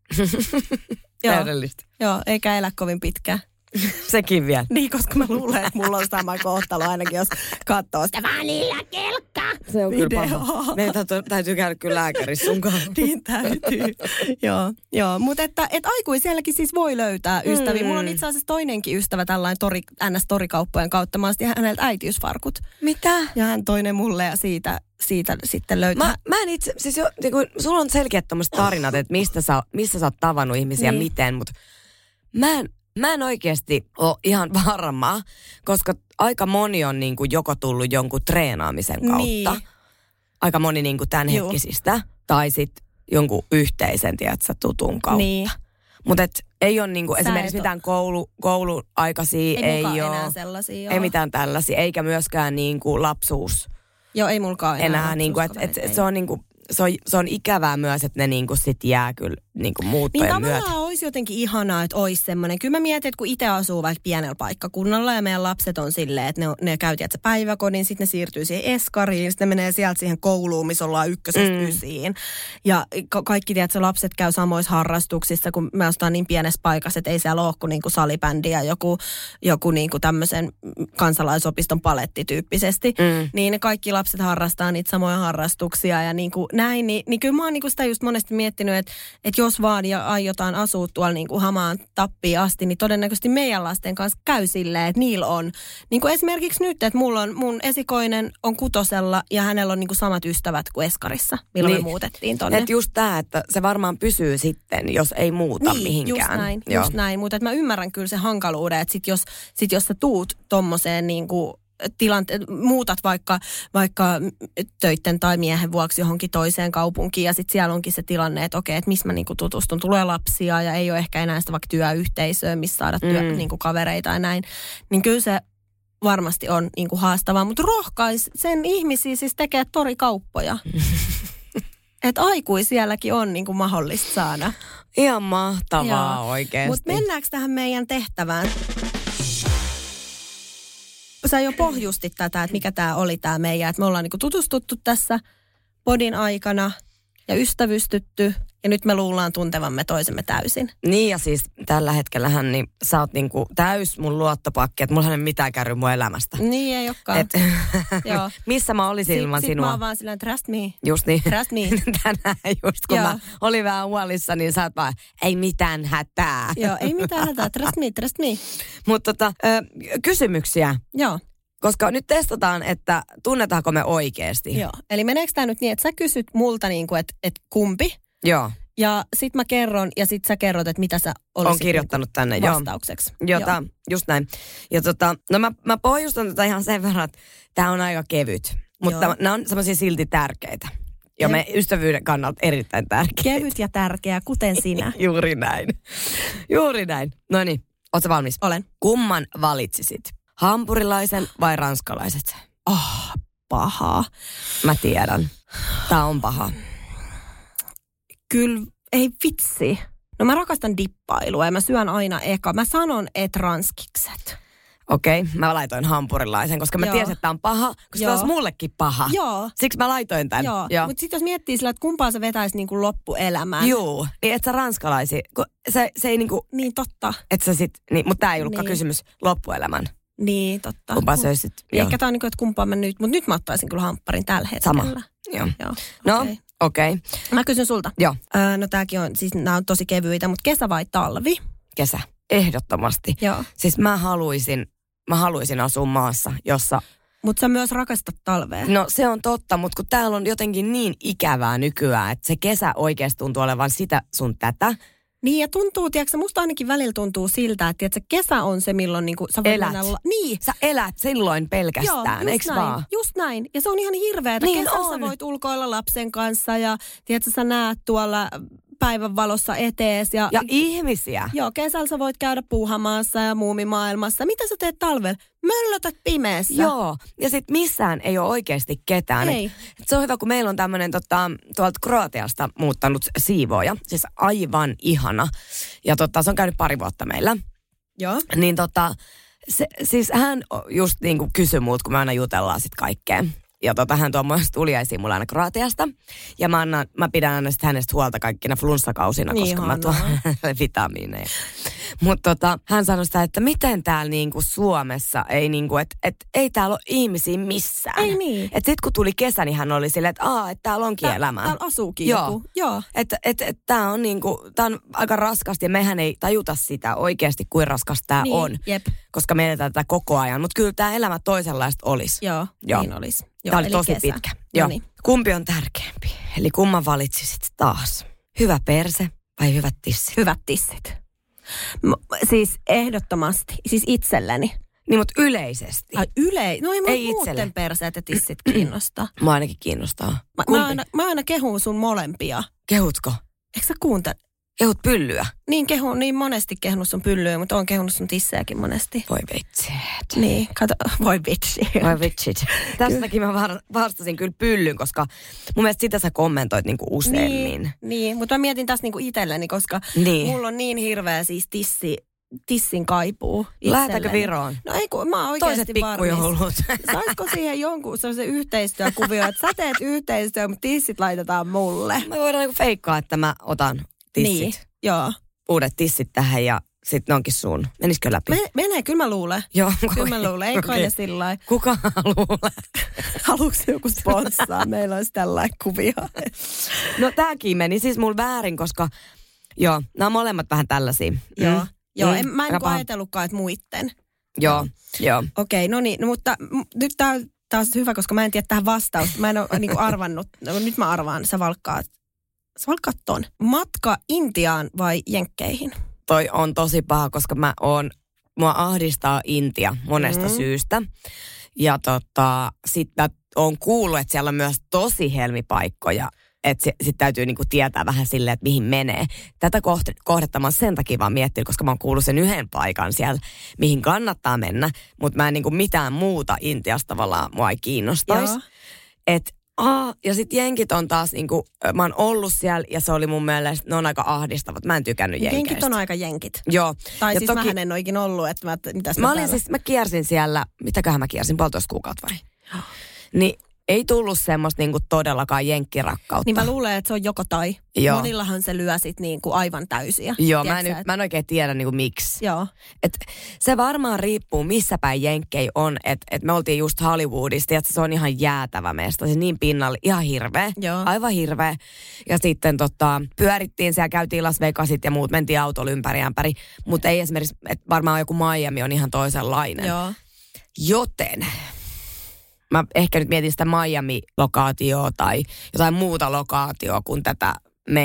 Joo. Täydellistä. Joo, eikä elä kovin pitkään. Sekin vielä. Niin, koska mä luulen, että mulla on sama kohtalo ainakin, jos katsoo sitä Vanilla-kelkka. Se on kyllä Video. paha. Meidän täytyy, täytyy käydä kyllä lääkärissä sun kanssa. Niin täytyy. joo, joo. Mutta että et aikuisielläkin siis voi löytää ystäviä. Mm. Mulla on itse asiassa toinenkin ystävä tällainen tori, N S-torikauppojen kautta. Mä ostin häneltä äitiysfarkut. Mitä? Ja hän toinen mulle ja siitä, siitä sitten löytää. Mä, mä en itse, siis jo, niin kun, sulla on selkeät tommoset tarinat, että mistä sä, missä sä oot tavannut ihmisiä niin. miten, mutta mä en, mä en oikeasti ole ihan varma, koska aika moni on niin kuin joko tullut jonkun treenaamisen kautta. Niin. Aika moni niin kuin tämänhetkisistä. Tai sitten jonkun yhteisen, tiedätkö, tutun kautta. Niin. Mutta ei ole niinku esimerkiksi et mitään koulu, kouluaikaisia, Ei, ei, ei ole. enää sellaisia. Ei mitään tällaisia, eikä myöskään niinku lapsuus. Joo, ei mulkaan enää. enää niinku, et, et, et se on niinku se on, se on ikävää myös, että ne niinku sit jää kyllä niinku muuttojen niin myötä. tavallaan olisi jotenkin ihanaa, että olisi semmoinen. Kyllä mä mietin, että kun itse asuu vaikka pienellä paikkakunnalla ja meidän lapset on silleen, että ne, ne käy tietysti päiväkodin, sitten ne siirtyy siihen eskariin, sitten ne menee sieltä siihen kouluun, missä ollaan ykkösestä mm. ysiin. Ja ka- kaikki tietysti lapset käy samoissa harrastuksissa, kun me asutaan niin pienessä paikassa, että ei siellä ole kuin niinku salibändi ja joku, joku niinku tämmöisen kansalaisopiston palettityyppisesti. Mm. Niin ne kaikki lapset harrastaa niitä samoja harrastuksia ja niinku näin, niin, niin kyllä mä oon niinku sitä just monesti miettinyt, että, että jos vaan ja aiotaan asua tuolla niinku hamaan tappiin asti, niin todennäköisesti meidän lasten kanssa käy silleen, että niillä on, niin kuin esimerkiksi nyt, että mulla on, mun esikoinen on kutosella ja hänellä on niinku samat ystävät kuin eskarissa, milloin niin, me muutettiin tonne. Että just tää, että se varmaan pysyy sitten, jos ei muuta niin, mihinkään. just näin, Joo. just näin, mutta mä ymmärrän kyllä sen hankaluuden, että sit jos, sit jos sä tuut tommoseen niinku tilanteet, muutat vaikka, vaikka töitten tai miehen vuoksi johonkin toiseen kaupunkiin ja sitten siellä onkin se tilanne, että okei, että missä mä niinku tutustun, tulee lapsia ja ei ole ehkä enää sitä vaikka työyhteisöä, missä saada työ, mm. niinku kavereita ja näin, niin kyllä se varmasti on niinku haastavaa, mutta rohkais sen ihmisiä siis tekee torikauppoja. Että aikuisielläkin on niinku mahdollista saada. Ihan mahtavaa Joo. oikeasti. Mutta mennäänkö tähän meidän tehtävään? Sä jo pohjustit tätä, että mikä tämä oli tämä meidän, että me ollaan niinku tutustuttu tässä podin aikana ja ystävystytty ja nyt me luullaan tuntevamme toisemme täysin. Niin ja siis tällä hetkellähän niin sä oot niinku täys mun luottopakki, että mullahan ei mitään käy mun elämästä. Niin ei olekaan. Et, Joo. missä mä olisin sit, ilman sit sinua? Mä oon vaan silleen, trust me. Just niin. Trust me. Tänään just kun Joo. mä olin vähän huolissa, niin sä oot vaan, ei mitään hätää. Joo, ei mitään hätää. Trust me, trust me. Mutta tota, ö, kysymyksiä. Joo. Koska nyt testataan, että tunnetaanko me oikeasti. Joo. Eli meneekö tämä nyt niin, että sä kysyt multa niin kuin, että, että kumpi? Joo. Ja sit mä kerron ja sit sä kerrot, että mitä sä olisit on kirjoittanut niin tänne, joo. vastaukseksi. Jota, joo. Just näin. Ja tota, no mä, mä pohjustan tätä ihan sen verran, että tää on aika kevyt. Mutta Joo. nämä on semmoisia silti tärkeitä. Ja me ystävyyden kannalta erittäin tärkeitä. Kevyt ja tärkeä, kuten sinä. Juuri näin. Juuri näin. No niin, ootko valmis? Olen. Kumman valitsisit? Hampurilaisen vai ranskalaiset? Oh, paha. Mä tiedän. Tää on paha. Kyllä, ei vitsi. No mä rakastan dippailua ja mä syön aina eka. Mä sanon, että ranskikset. Okei, okay, mä laitoin hampurilaisen, koska mä Joo. tiesin, että tää on paha, koska Joo. tää olisi mullekin paha. Joo. Siksi mä laitoin tän. Joo, Joo. mutta sitten jos miettii sillä, että kumpaa sä vetäisi niin kuin loppuelämään. Juu, niin et sä ranskalaisi, kun se, se ei niinku, Niin totta. et sä sit, niin, mutta tää ei ollutkaan Niin. kysymys loppuelämän. Niin totta. Kumpaa söisit? Niin ehkä tää on niin kuin, että kumpaa mä nyt, mutta nyt mä ottaisin kyllä hampparin tällä hetkellä. Sama. Joo. Joo. No, okei. okei. Okay. Mä kysyn sulta. Joo. Öö, no tääkin on, siis nämä on tosi kevyitä, mutta kesä vai talvi? Kesä. Ehdottomasti. Joo. Siis mä haluaisin, mä haluaisin asua maassa, jossa... Mutta sä myös rakastat talvea. No se on totta, mutta kun täällä on jotenkin niin ikävää nykyään, että se kesä oikeasti tuntuu olevan sitä sun tätä, Niin ja tuntuu, tiedätkö, musta ainakin välillä tuntuu siltä, että tiedätkö, kesä on se, milloin niin kuin, sä voit Elät. mennä... Niin. Sä elät silloin pelkästään, Joo, eikö näin, vaan? just näin. Ja se on ihan hirveetä. Niin Kesällä on. sä voit ulkoilla lapsen kanssa ja tiedätkö, sä näet tuolla päivän valossa etees. Ja, Ja ihmisiä. Joo, kesällä sä voit käydä puuhamaassa ja muumimaailmassa. Mitä sä teet talvella? Möllötät pimeässä. Joo, ja sit missään ei ole oikeasti ketään. Ei. Et se on hyvä, kun meillä on tämmöinen tota, tuolta Kroatiasta muuttanut siivooja. Siis aivan ihana. Ja tota, se on käynyt pari vuotta meillä. Joo. Niin tota, se, siis hän just niinku kysyi muut, kun me aina jutellaan sit kaikkea. Ja tota, hän tuo myös tuliaisiin mulle aina Kroatiasta. Ja mä, annan, mä pidän aina sit hänestä huolta kaikkina flunssakausina, Niin koska mä tuon vitamiineja. Mutta tota, hän sanoi sitä, että miten täällä niinku Suomessa ei niinku, että et, ei täällä ole ihmisiä missään. Ei niin. Että sit kun tuli kesä, niin hän oli silleen, että aa, että täällä onkin Tää, elämää. täällä asuukin Joo. joku. Joo. Että et, et, tää on niinku, tää on aika raskasta ja mehän ei tajuta sitä oikeasti, kuin raskas tää Niin, on. jep. Koska me eletään tätä koko ajan. Mutta kyllä tää elämä toisenlaista olisi. Joo, Joo. niin olisi. Joo, Tää oli eli tosi kesä. pitkä. No Joo. niin. Kumpi on tärkeämpi? Eli kumman valitsisit taas? Hyvä perse vai hyvät tissit? Hyvät tissit. M- siis ehdottomasti. Siis itselleni. Niin, mutta yleisesti. Ai yle... No ei, Ei ei muuten itselle. perseet ja tissit kiinnostaa. Mua ainakin kiinnostaa. Mä, Kumpi? mä, aina, mä aina kehun sun molempia. Kehutko? Eikö sä kuuntele? Kehut pyllyä? Niin kehun, niin monesti kehunut sun pyllyä, mutta oon kehunut sun tissejäkin monesti. Voi vitsi. Niin, kato, voi vitsi. Voi vitsit. Tästäkin mä var- vastasin kyllä pyllyn, koska mun mielestä sitä sä kommentoit niinku useammin. Niin, niin, mutta mä mietin tässä niinku itselleni, koska Niin. mulla on niin hirveä siis tissi, tissin kaipuu itselleni. Lähdetäänkö Viroon? No ei kun, mä oon Toiset oikeasti varmis. pikkujoulut. Saisiko siihen jonkun sellaisen yhteistyökuvio, että sä teet yhteistyö, mutta tissit laitetaan mulle? Me voidaan niinku feikkaa, että mä otan tissit. Niin, joo. Uudet tissit tähän ja sit ne onkin sun. Menisikö läpi? Me, menee, kyllä mä luulen. Joo. Kyllä mä luulen, ei kai Okei. ne sillä lailla. Kuka luulee? Haluatko joku sponssaa? Meillä olisi tällainen kuvio. No tääkin meni siis mulla väärin, koska joo, nämä on molemmat vähän tällaisia. Joo, Mm. joo Mm. en, mä en Aika niinku paha. ajatellutkaan, että muitten. Joo, joo. Okei, no niin, no, mutta m- nyt tää on taas hyvä, koska mä en tiedä tähän vastausta. Mä en ole niinku arvannut. No, nyt mä arvaan, sä valkkaat. Sä valkkaat ton. Matka Intiaan vai Jenkkeihin? Toi on tosi paha, koska mä oon, mua ahdistaa Intia monesta Mm. syystä. Ja tota, sit mä oon kuullut, että siellä on myös tosi helmipaikkoja. Että sit, sit täytyy niinku tietää vähän silleen, että mihin menee. Tätä kohde, kohdetta mä oon sen takia vaan miettinyt, koska mä oon kuullut sen yhden paikan siellä, mihin kannattaa mennä. Mutta mä en niinku mitään muuta Intiasta tavallaan mua ei kiinnostaisi. Joo. Et, aa, ja sitten jenkit on taas niinku, mä oon ollut siellä ja se oli mun mielestä, ne on aika ahdistavat. Mä en tykännyt jenkeistä. Jenkit on aika jenkit. Joo. Tai ja siis toki, mähän en oikein ollut, että mä, mitäs mä olin täällä- siis, mä kiersin siellä, mitäköhän mä kiersin, puolitoista kuukautta vai? Niin ei tullut semmoista niinku todellakaan jenkkirakkautta. Niin mä luulen, että se on joko tai. Joo. Monillahan se lyö sit niinku aivan täysiä. Joo, mä en, Tiedätkö sä, mä en oikein tiedä niinku miksi. Joo. Et se varmaan riippuu, missä päin jenkkei on. Että et me oltiin just Hollywoodista, että se on ihan jäätävä mesta. Se niin pinnalle, ihan hirveä. Joo. Aivan hirveä. Ja sitten tota, pyörittiin siellä, käytiin Las Vegasit ja muut, mentiin autolla ympäri ämpäri. Mutta ei esimerkiksi, että varmaan joku Miami on ihan toisenlainen. Joo. Joten mä ehkä nyt mietin sitä Miami-lokaatioa tai jotain muuta lokaatioa kuin tätä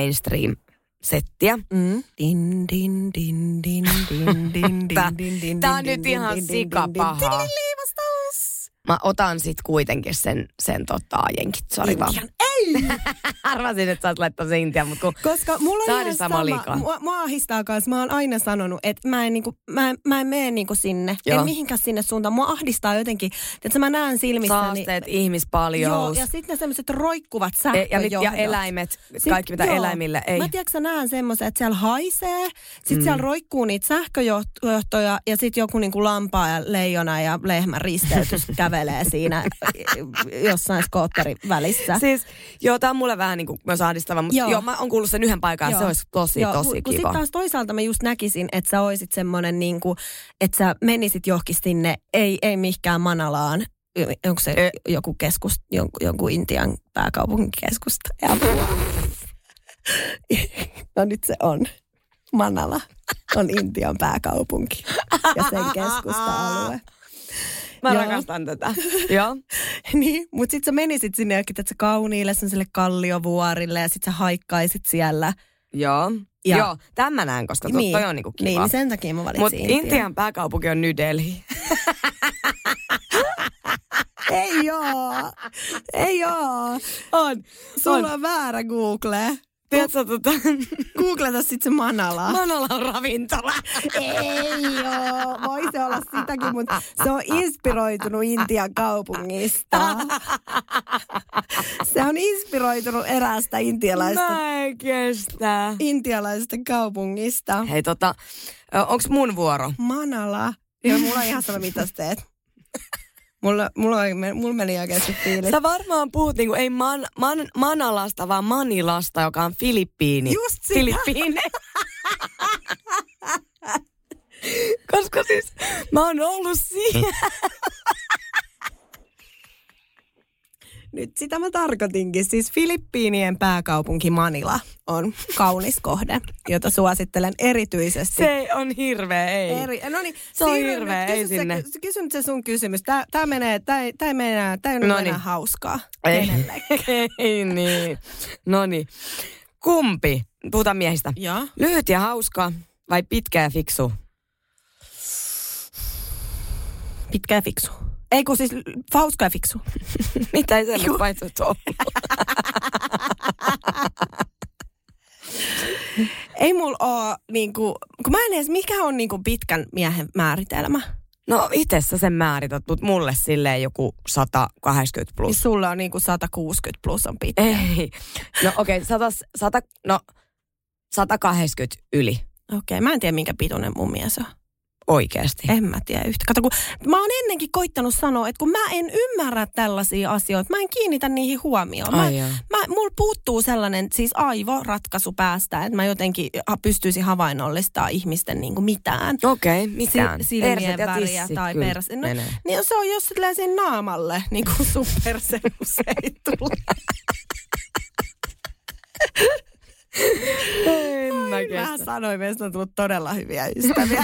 mainstream-settiä. Mm. Din, din, din, din, din, din, Tää- din, din, tää on din, nyt din, ihan din, din, sikapahaa. din, din, din, din, vastaus. Mä otan sit kuitenkin sen, sen tota, jenkit. Sori vaan. Intian. Ei! Arvasin, että sä oot laittaa sen Intian, mutta kun Koska mulla on Tää on ihan sama sama, liikaa. mua, mua ahdistaa kanssa. Mä oon aina sanonut, että mä en, niinku, mä en, mä en mene niinku sinne. Joo. En mihinkään sinne suuntaan. Mua ahdistaa jotenkin, että mä näen silmissäni. saasteet, ihmispaljous. Joo, ja sitten ne semmoiset roikkuvat E- ja, nyt, ja sähköjohdot. eläimet, Sit- kaikki mitä joo. eläimille ei. Mä tiedätkö, sä näen semmoisen, että siellä haisee, sitten mm. siellä roikkuu niitä sähköjohtoja ja sitten joku niinku lampaa ja leijona ja lehmän risteytys kävelee siinä jossain skootterin välissä. Siis, joo, tää on mulle vähän niin kuin myös ahdistava, mutta joo. Joo. joo, mä oon kuullut sen yhden paikan ja se olisi tosi, Joo, tosi kun kiva. Sitten taas toisaalta mä just näkisin, että sä oisit semmoinen niinku, että sä menisit johonkin sinne, ei, ei mihinkään Manalaan. Onko se E- joku keskus, jonkun, jonkun Intian pääkaupunkikeskusta? Ja no nyt se on. Manala on Intian pääkaupunki ja sen keskusta-alue. Mä Joo. rakastan tätä. Joo. Niin, mutta sitten sä menisit sinne jokin, että sä kauniille sellaiselle kalliovuorille ja sitten sä haikkaisit siellä. Joo. Ja- Joo, tämän mä näen, koska to, Niin. toi on niinku kiva. Niin, sen takia mä valitsin Mutta Intian. Intian pääkaupunki on New Delhi. Ei oo. Ei oo. On. Sulla on väärä Google. Tiedätkö, tota, Googleta sit se Manala. Manala on ravintola. Ei oo. Voi se olla sitäkin, mutta se on inspiroitunut Intian kaupungista. Se on inspiroitunut eräästä intialaista, Mä en kestä. intialaisesta kaupungista. Hei tota, ö, onks mun vuoro? Manala. Joo, mulla on ihan sama, mitä sä teet. Mulla, mulla, oli, mulla meni oikeasti fiilis. Sä varmaan puhut niinku ei man, man, Manalasta, vaan Manilasta, joka on Filippiini. Just sitä. Filippiine. Koska siis mä oon ollut siellä. Nyt sitä mä tarkoitinkin. Siis Filippiinien pääkaupunki Manila on kaunis kohde, jota suosittelen erityisesti. Se on hirveä, ei. Eri, no niin, Se on siirry hirveä, nyt, ei kysy sinne. Se, kysy nyt se sun kysymys. Tää, tää menee, tää, ei- tää ei mene, tää ei ole Noniin. enää hauskaa. Ei, Kenellekään. ei niin. Noniin. Kumpi? Puhutaan miehistä. Joo. Lyhyt ja hauska vai pitkä ja fiksu? Pitkä ja fiksu. Ei kun siis hauska ja fiksu. Mitä ei semmoista vaihtoehto ollut? Ei mulla oo niinku, kun mä en edes, mikä on niinku pitkän miehen määritelmä. No itse sä sen määrität, mutta mulle silleen joku sata kahdeksankymmentä Niin plus. sulla on niinku sata kuusikymmentä plus on pitkä. Ei. No okei, okay, sata, sata, no sata kahdeksankymmentä yli Okei, mä en tiedä minkä pituinen mun mies on. oikeasti. En mä tiedä yhtä. Kato, kun mä oon ennenkin koittanut sanoa, että kun mä en ymmärrä tällaisia asioita, mä en kiinnitä niihin huomioon. Mä, Ai joo. mä, mulla puuttuu sellainen siis aivoratkaisu päästä, että mä jotenkin ha- pystyisin havainnollistamaan ihmisten niin kuin mitään. Okei, okay, mitään. Si- silmien Perset ja väriä tissit tai kyllä perse. No, menee. niin se on jos silleen sen naamalle, niin kuin sun perse usein tulee. En mä Mä kestä. sanoin, meistä on tullut todella hyviä ystäviä.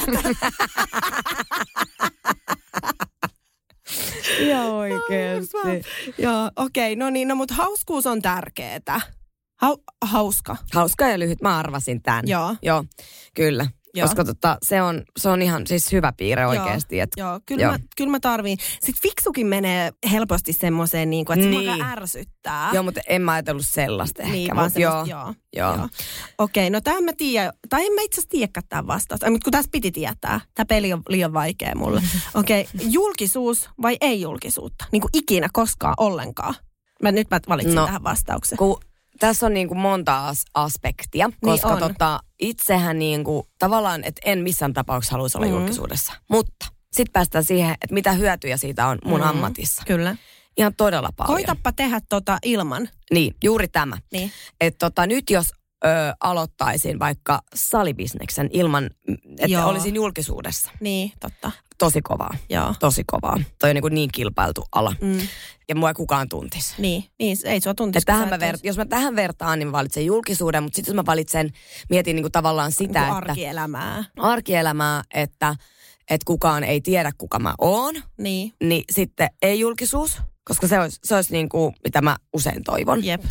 Ihan oikeesti. Joo, okei, okay, no niin, no mutta hauskuus on tärkeetä. Hau- hauska. Hauska ja lyhyt, mä arvasin tän. Joo. Joo, kyllä. Joo. Koska tota, se, on, se on ihan siis hyvä piirre oikeesti. Joo, Et, joo, kyllä, joo. Mä, kyllä mä tarviin. Sitten fiksukin menee helposti semmoiseen, niin kuin, että se Niin. niin. ärsyttää. Joo, mutta en mä ajatellut sellaista ehkä. Niin, vaan mut joo, semmoista, joo. joo. joo. Okei, no tämän mä tiedän, tai en mä itse asiassa tiedäkään tämän vastausta, mutta kun tässä piti tietää. Tämä peli on liian vaikea mulle. Okei, julkisuus vai ei julkisuutta? Niin kuin ikinä, koskaan, ollenkaan. Mä, nyt mä valitsin No. tähän vastauksen. Kun tässä on niinku monta as- aspektia, koska on. tota, itsehän niinku, tavallaan, että en missään tapauksessa haluaisi olla Mm. julkisuudessa. Mutta sitten päästään siihen, että mitä hyötyjä siitä on mun Mm. ammatissa. Kyllä. Ihan todella paljon. Koitappa tehdä tota ilman. Niin, juuri tämä. Niin. Että tota, nyt jos ö, aloittaisin vaikka salibisneksen ilman, että Joo. olisin julkisuudessa. Niin, totta. Tosi kovaa. Joo. Tosi kovaa. Toi on niin, kuin niin kilpailtu ala. Mm. Ja mua ei kukaan tuntisi. Niin, niin, ei sua tuntisi. Et tähän kun mä sä et ver- jos mä tähän vertaan, niin mä valitsen julkisuuden, mutta sitten jos mä valitsen, mietin niin kuin tavallaan sitä, niinku että arkielämää. arkielämää, että, että kukaan ei tiedä, kuka mä oon, Niin, niin sitten ei julkisuus, koska se olisi, se olisi niin kuin, mitä mä usein toivon. jep.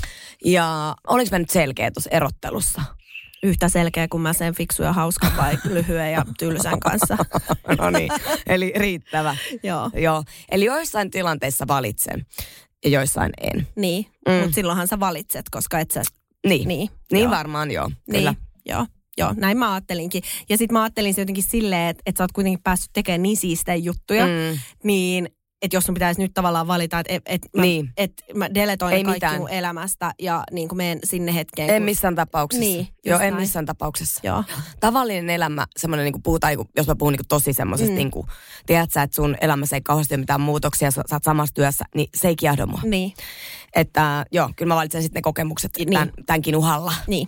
Ja oliko mä nyt selkeä tuossa erottelussa? Yhtä selkeä kuin mä sen fiksu ja hauska vai lyhyen ja tylsän kanssa. No niin, eli riittävä. Joo. Joo, eli joissain tilanteissa valitsen ja joissain en. Niin, Mm. mm. mutta silloinhan sä valitset, koska et sä... Niin, Niin, niin joo. varmaan joo, kyllä. Niin, joo. Joo, näin mä ajattelinkin. Ja sit mä ajattelin se jotenkin silleen, että, että sä oot kuitenkin päässyt tekemään niin siistejä juttuja, Mm. niin että jos sun pitäisi nyt tavallaan valita, että et, et mä, Niin. et mä deletoin Ei ne kaikki mitään. mun elämästä ja niin kuin menen sinne hetkeen. En kun- missään tapauksessa. Niin, Joo, just en näin. missään tapauksessa. Joo. Tavallinen elämä, semmoinen niin kuin puhutaan, niin kuin, jos mä puhun niin kuin tosi semmoisesta, Mm. niin kuin, tiedät sä, että sun elämässä ei kauheasti ole mitään muutoksia, sä, sä oot samassa työssä, niin se ei kiahdo mua. Niin, Että joo, kyllä mä valitsen sitten ne kokemukset Niin. tämän, tämänkin uhalla. niin.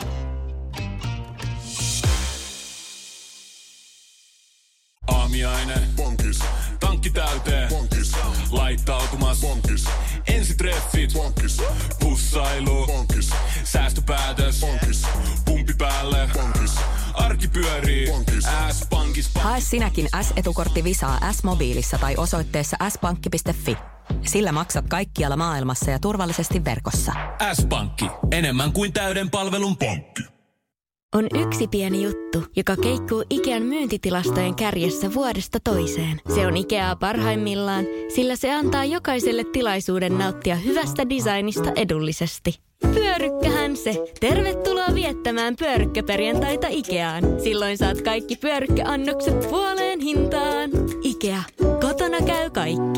Aamiainen. Bonkis. Tankki täyteen. Bonkis. Laittautumas. Bonkis. Ensitreffit. Bonkis. Pussailu. Bonkis. Säästöpäätös. Bonkis. Pumpi päälle. Bonkis. Arki pyörii. Bonkis. S-pankis. Hae sinäkin S-etukortti Visaa S-mobiilissa tai osoitteessa s pankki piste fi. Sillä maksat kaikkialla maailmassa ja turvallisesti verkossa. S-pankki. Enemmän kuin täyden palvelun pankki. on yksi pieni juttu, joka keikkuu Ikean myyntitilastojen kärjessä vuodesta toiseen. Se on Ikeaa parhaimmillaan, sillä se antaa jokaiselle tilaisuuden nauttia hyvästä designista edullisesti. Pyörykkähän se! Tervetuloa viettämään pyörykkäperjantaita Ikeaan. Silloin saat kaikki pyörykkäannokset puoleen hintaan. Ikea. Kotona käy kaikki.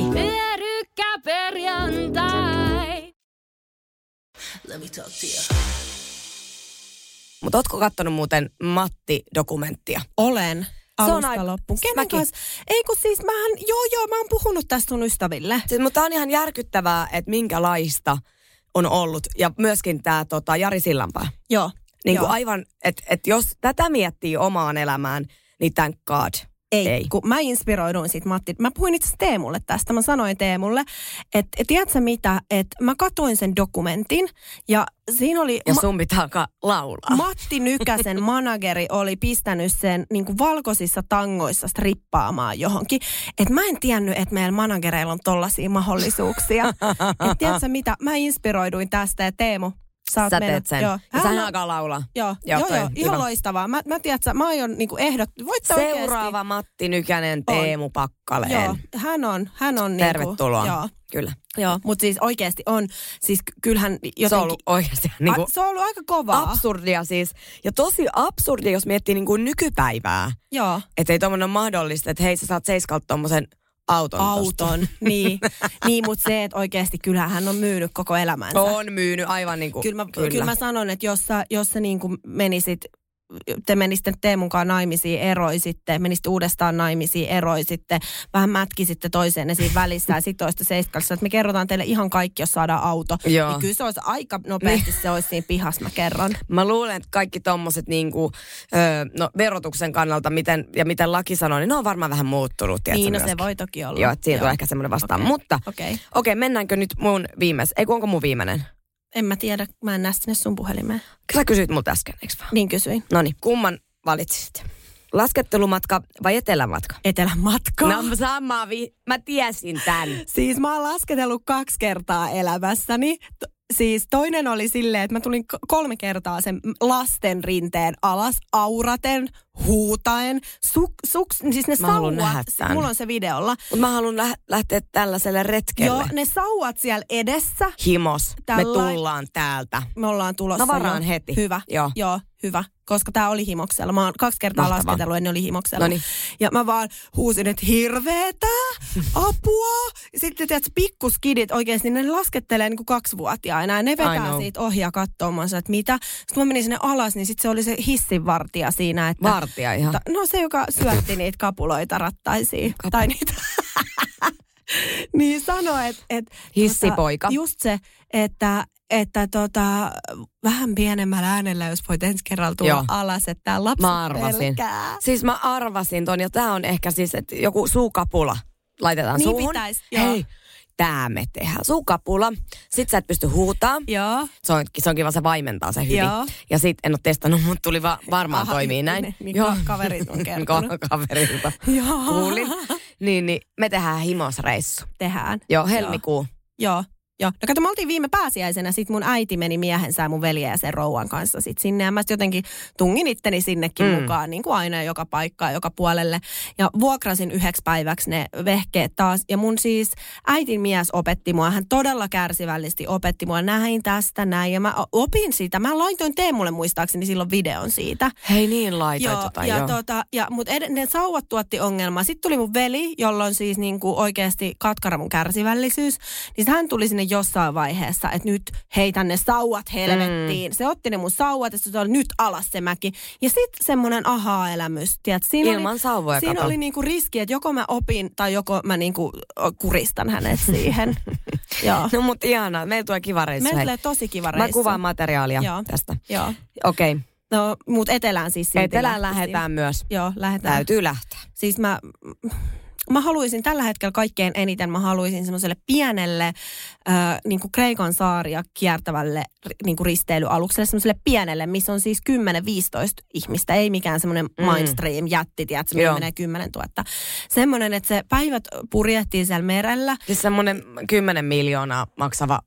Pyörykkäperjantai! Let me talk to you. Mutta ootko kattonut muuten Matti-dokumenttia? Olen. Alusta aika- loppuun. Kenen Mäkin. kanssa? Ei kun siis mähän, joo joo, mä oon puhunut tästä sun ystäville. Siis, mutta on ihan järkyttävää, että minkälaista on ollut. Ja myöskin tämä tota, Jari Sillanpää. Joo. Niin joo. kuin aivan, että et jos tätä miettii omaan elämään, niin thank God. Ei, Ei. kun mä inspiroiduin sit Matti. Mä puhuin itse asiassa Teemulle tästä. Mä sanoin Teemulle, että et, tiedätkö mitä, että mä katoin sen dokumentin ja siinä oli... Ja Ma- sun pitää alkaa laulaa. Matti Nykäsen manageri oli pistänyt sen niin kuin valkoisissa tangoissa strippaamaan johonkin. Että mä en tiennyt, että meillä managereilla on tollaisia mahdollisuuksia. Että tiedätkö mitä, mä inspiroiduin tästä ja Teemu, sä oot Sä meidän- teet sen. Joo. Ja Hän sä on- alkaa laulaa. Joo, Joo, joo, toi, joo, ihan hyvä. loistavaa. Mä, mä tiedän, että mä aion niinku ehdot, voitte oikeasti. Seuraava Matti Nykänen, Teemu Pakkaleen. Joo, hän on, hän on Tervetuloa. Niinku, joo, Kyllä. joo, mutta siis oikeasti on, siis ky- kyllähän jotenkin... Se on ollut oikeasti niin kuin A, se on ollut aika kovaa. absurdia siis. Ja tosi absurdia, jos miettii niin kuin nykypäivää. Joo. Että ei tommonen ole mahdollista, että hei sä saat seiskalta tommosen auton. Auton, niin. niin mutta se, että oikeasti kyllähän hän on myynyt koko elämänsä. On myynyt aivan niin kuin. Kyllä mä, kyllä. kyllä mä sanon, että jos sä, jos sä niin kuin menisit, te menisitte Teemun kanssa naimisiin, eroisitte, menisitte uudestaan naimisiin, eroisitte, vähän mätkisitte toiseen siinä välissä ja sitten olisitte seiskalassa, että me kerrotaan teille ihan kaikki, jos saadaan auto. Joo. Niin kyllä se olisi aika nopeasti, se olisi siinä pihassa, mä kerron. Mä luulen, että kaikki tommoset niinku, ö, no, verotuksen kannalta miten, ja miten laki sanoo, niin ne on varmaan vähän muuttunut. Tiedätkö, Niin, no myöskin. se voi toki olla. Joo, että siitä Joo. on ehkä semmoinen vastaan. Okei. Mutta Okei. okei, okay, mennäänkö nyt mun viimeis? Ei, kun onko mun viimeinen? En mä tiedä, mä en näe sinne sun puhelimeen. Sä kysyit multa äsken, eikö vaan? Niin kysyin. Noniin, kumman valitsisit? Laskettelumatka vai etelämatka? Etelän matkaa. No sama, vi- mä tiesin tän. Siis mä oon lasketellut kaksi kertaa elämässäni. T- Siis toinen oli silleen, että mä tulin k- kolme kertaa sen lasten rinteen alas, auraten, huutaen, suk, suks, siis ne Mä haluan sauvat, nähdä tän. mulla on se videolla. Mutta mä haluan lä- lähteä tällaiselle retkelle. Joo, ne sauvat siellä edessä. Himos, Tällain- me tullaan täältä. Me ollaan tulossa Mä varaan jo. heti. Hyvä, Joo. joo, hyvä. Koska tää oli himoksella. Mä oon kaksi kertaa Mahtavaa. lasketellut ja ne oli himoksella. Noniin. Ja mä vaan huusin, että hirveetä, apua. Sitten tiedätkö, pikkuskidit oikeasti, ne laskettelee niin kuin kaksivuotiaina. Ja ne I vetää know. siitä ohi ja kattoomansa, että mitä. Sitten mä menin sinne alas, niin sitten se oli se hissinvartija siinä. Että, Vartija ihan. Ta- no se, joka syötti niitä kapuloita rattaisiin. Tai niitä. Niin sanoi, että... Et, Hissipoika. Tota, just se, että... Että tota, vähän pienemmällä äänellä, jos voit ensi kerralla tulla Joo. alas, että tää lapsi Mä arvasin. pelkää. Siis mä arvasin ton, ja tää on ehkä siis, että joku suukapula laitetaan Niin suuhun. pitäis, joo. Hei, tää me tehdään. Suukapula. Sit sä et pysty huutaa. Joo. Se on, se on kiva, se vaimentaa se hyvin. Joo. Ja sit en ole testannut, mutta tuli va, varmaan Aha, toimii niin, näin. niin, niin kaverit on kertonut. Ko- kaverilta. Joo. Kuulin. Niin, niin me tehdään himosreissu. Tehdään. Joo, helmikuu. Joo. Joo. No kato, me oltiin viime pääsiäisenä, sit mun äiti meni miehensä ja mun veljen ja sen rouvan kanssa sit sinne. Ja mä sit jotenkin tungin itteni sinnekin Mm. mm. mukaan, niin kuin aina joka paikkaan, joka puolelle. Ja vuokrasin yhdeksi päiväksi ne vehkeet taas. Ja mun siis äitin mies opetti mua, hän todella kärsivällisesti opetti mua näin tästä näin. Ja mä opin siitä, mä laitoin Teemulle muistaakseni silloin videon siitä. Hei niin laitoit Joo, jotain, ja joo. tota, ja, mutta ed- ne sauvat tuotti ongelmaa. Sitten tuli mun veli, jolla on siis niinku oikeasti katkara mun kärsivällisyys. Niin hän tuli sinne jossain vaiheessa, että nyt heitän ne sauvat helvettiin. Mm. Se otti ne mun sauvat ja se oli nyt alas se mäki. Ja sitten semmoinen aha-elämys. Tiedät, siinä Ilman oli, sauvoja, Siinä kato. oli niinku riski, että joko mä opin tai joko mä niinku kuristan hänet siihen. Joo. No mut ihanaa, meillä tulee kiva reissu. Meillä hei. tulee tosi kiva Mä reissu. kuvaan materiaalia Joo. tästä. Joo. Okei, okay. No, mut etelään siis silti etelään lähtisin. lähdetään myös. Joo, lähdetään. Täytyy lähteä. Siis mä, mä haluaisin tällä hetkellä kaikkein eniten, mä haluaisin semmoiselle pienelle äh, niin kuin Kreikan saaria kiertävälle niin kuin risteilyalukselle, semmoiselle pienelle, missä on siis kymmenen viisitoista ihmistä, ei mikään semmoinen Mm. Mindstream jätti, tiedätkö, Joo. mihin menee kymmenen tuhatta. Semmoinen, että se päivät purjehtii siellä merellä. Siis semmoinen kymmenen miljoonaa maksava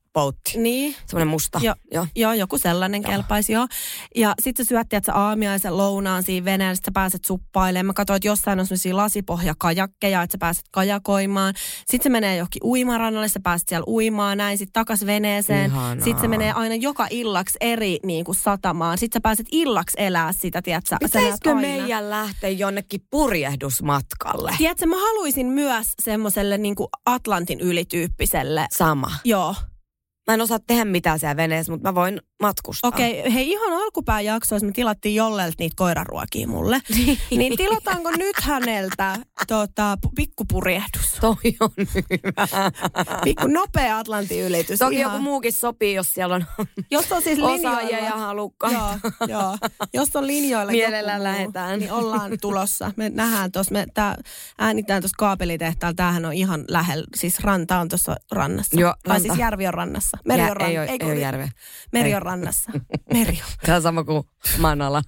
boatti. Niin. Semmoinen musta. Jo, joo. joo, joku sellainen joo. kelpaisi, joo. Ja sit sä syöt, että sä aamiaisen lounaan siinä veneellä, sit sä pääset suppailemaan. Mä katsoin, että jossain on semmosia lasipohjakajakkeja, että sä pääset kajakoimaan. Sit se menee johonkin uimarannalle, sä pääset siellä uimaan näin, sit takas veneeseen. Ihanaa. Sit se menee aina joka illaksi eri niin kuin satamaan. Sit sä pääset illaksi elää sitä, tiedätkö? Pitäisikö meidän lähteä jonnekin purjehdusmatkalle? Tiedätkö, mä haluaisin myös semmoselle niin kuin Atlantin ylityyppiselle. Sama. Joo. Mä en osaa tehdä mitään siellä veneessä, mutta mä voin matkustaa. Okei, okay, hei ihan alkupään jaksoissa me tilattiin Jollelta niitä koiraruokia mulle. Niin tilataanko nyt häneltä tota, pikkupurjehdus? Toi on hyvä. Pikku nopea Atlantin ylitys. Toki ihan. joku muukin sopii, jos siellä on, jos on siis osaajia ja halukkaita. Joo, joo. Jos on linjoilla mielellään lähdetään. Niin ollaan tulossa. Me nähdään tuossa, me tää, äänitään tuossa kaapelitehtaalla. Tämähän on ihan lähellä, siis ranta on tuossa rannassa. Joo, tai siis järvi on rannassa. Meri on rannassa. Ei, ei, ei ole järveä. Meri on rannassa. Meri on. Tämä on sama kuin Manala.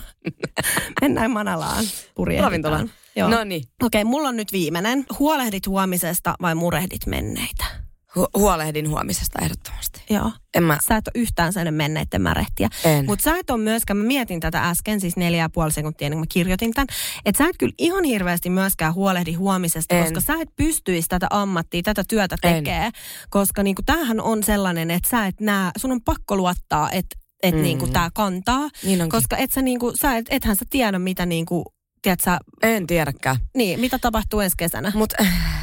Mennään Manalaan purjehditaan. Ravintolaan. No niin. Okei, okay, mulla on nyt viimeinen. Huolehdit huomisesta vai murehdit menneitä? Hu- huolehdin huomisesta ehdottomasti. Joo. En mä... Sä et ole yhtään sellainen menneiden märehtiä. Mutta sä et ole myöskään, mä mietin tätä äsken, siis neljä ja puoli sekuntia, niin mä kirjoitin tämän, että sä et kyllä ihan hirveästi myöskään huolehdi huomisesta, en. Koska sä et pystyisi tätä ammattia, tätä työtä tekee, koska niinku tämähän on sellainen, että sä et näe, sun on pakko luottaa, että et mm. niinku tää kantaa, niin koska et sä niinku, sä et, ethän sä tiedä mitä niinku, tiedät sä... En tiedäkään. Niin, mitä tapahtuu ensi kesänä? Mut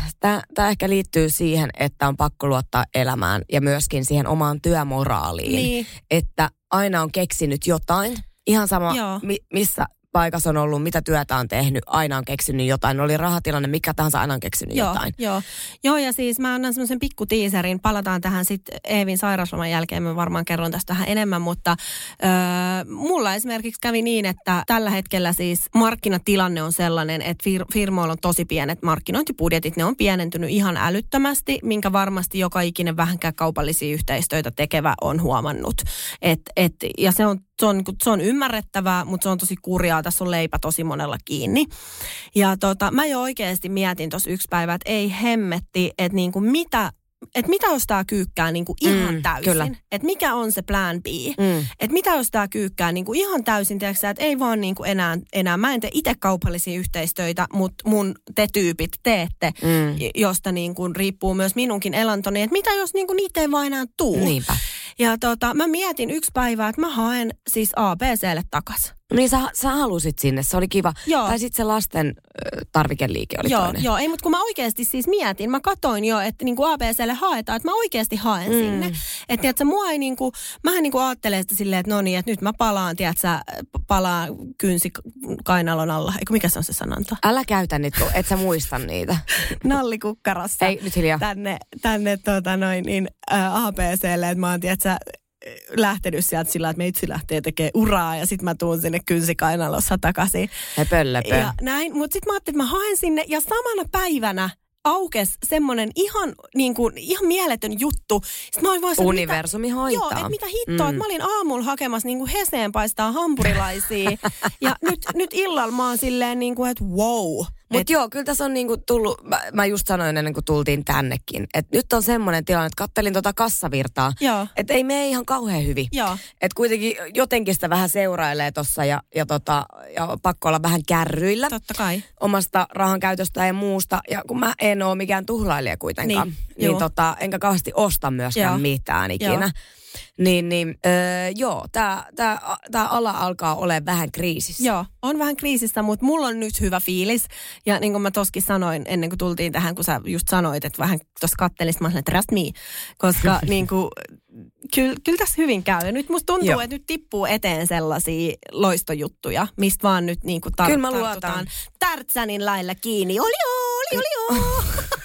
tämä ehkä liittyy siihen, että on pakko luottaa elämään ja myöskin siihen omaan työmoraaliin. Niin. Että aina on keksinyt jotain. Ihan sama, mi- missä paikassa on ollut, mitä työtä on tehnyt, aina on keksinyt jotain. Oli rahatilanne, mikä tahansa, aina on keksinyt joo, jotain. Joo. joo, ja siis mä annan semmoisen pikkutiiserin. Palataan tähän sitten Eevin sairausloman jälkeen. Mä varmaan kerron tästä vähän enemmän, mutta öö, mulla esimerkiksi kävi niin, että tällä hetkellä siis markkinatilanne on sellainen, että fir- firmoilla on tosi pienet markkinointibudjetit. Ne on pienentynyt ihan älyttömästi, minkä varmasti joka ikinen vähänkään kaupallisia yhteistyötä tekevä on huomannut. Et, et, ja se on Se on, se on ymmärrettävää, mutta se on tosi kurjaa. Tässä on leipä tosi monella kiinni. Ja tota, mä jo oikeasti mietin tuossa yksi päivä, että ei hemmetti, että niinku mitä, että mitä jos tää kyykkää niinku ihan mm, täysin. Että mikä on se plan B. Mm. Että mitä jos tää kyykkää niinku ihan täysin, tiedätkö, että ei vaan niinku enää, enää. Mä en tee itse kaupallisia yhteistöitä, mutta mun te tyypit teette, mm. josta niinku riippuu myös minunkin elantoni. Että mitä jos niinku niitä ei vaan enää tuu. Niinpä. Ja tota, mä mietin yksi päivä, että mä haen siis A B C:lle takas. Niin sä, sä halusit sinne, se oli kiva. Joo. Tai sitten se lasten tarvikeliike oli joo, toinen. Joo, ei, mutta kun mä oikeasti siis mietin, mä katoin jo, että niinku A B C:lle haetaan, että mä oikeasti haen mm. sinne. Että tiedätkö, mua ei niinku, mähän niinku ajattelen sitä silleen, että no niin, että nyt mä palaan, tiedätkö, palaan kynsi kainalon alla. Eikö mikä se on se sanonta? Älä käytä niitä, et sä muista niitä. Nallikukkarassa. Ei, nyt hiljaa. Tänne, tänne tota noin, niin, ä, A B C:lle, että mä oon, tiedätkö, lähtenyt sieltä sillä, että meitsi lähtee tekemään uraa ja sitten mä tuun sinne kynsikainalossa takaisin. Höpöllöpö. Ja näin, mutta sitten mä ajattelin, että mä haen sinne ja samana päivänä aukesi semmoinen ihan, niin kuin, ihan mieletön juttu. Sitten mä olin vaan universumi mitä, hoitaa. Joo, että mitä hittoa, mm. että mä olin aamulla hakemassa niin kuin Heseen paistaa hampurilaisia ja nyt, nyt illalla mä oon silleen niin kuin, että wow. Mutta et... joo, kyllä tässä on niinku tullut, mä, mä just sanoin ennen kuin tultiin tännekin, että nyt on semmoinen tilanne, että kattelin tota kassavirtaa, että ei mene ihan kauhean hyvin. Että kuitenkin jotenkin sitä vähän seurailee tossa ja, ja, tota, ja pakko olla vähän kärryillä. Totta kai. Omasta rahan käytöstä ja muusta. Ja kun mä en ole mikään tuhlailija kuitenkaan, niin, niin tota, enkä kauheasti osta myöskään joo. mitään ikinä. Joo. Niin, niin öö, joo, tää, tää, tää ala alkaa olemaan vähän kriisissä. Joo, on vähän kriisissä, mutta mulla on nyt hyvä fiilis. Ja niin kuin mä toskin sanoin ennen kuin tultiin tähän, kun sä just sanoit, että vähän tuossa kattelisit, mä sanoin, että trust me. Koska niin kuin, kyllä, kyllä tässä hyvin käy. Ja nyt musta tuntuu, joo. että nyt tippuu eteen sellaisia loistojuttuja, mistä vaan nyt niin kuin tar- kyllä mä tartutaan Tärtsänin lailla kiinni. Oli joo, oli, oli joo.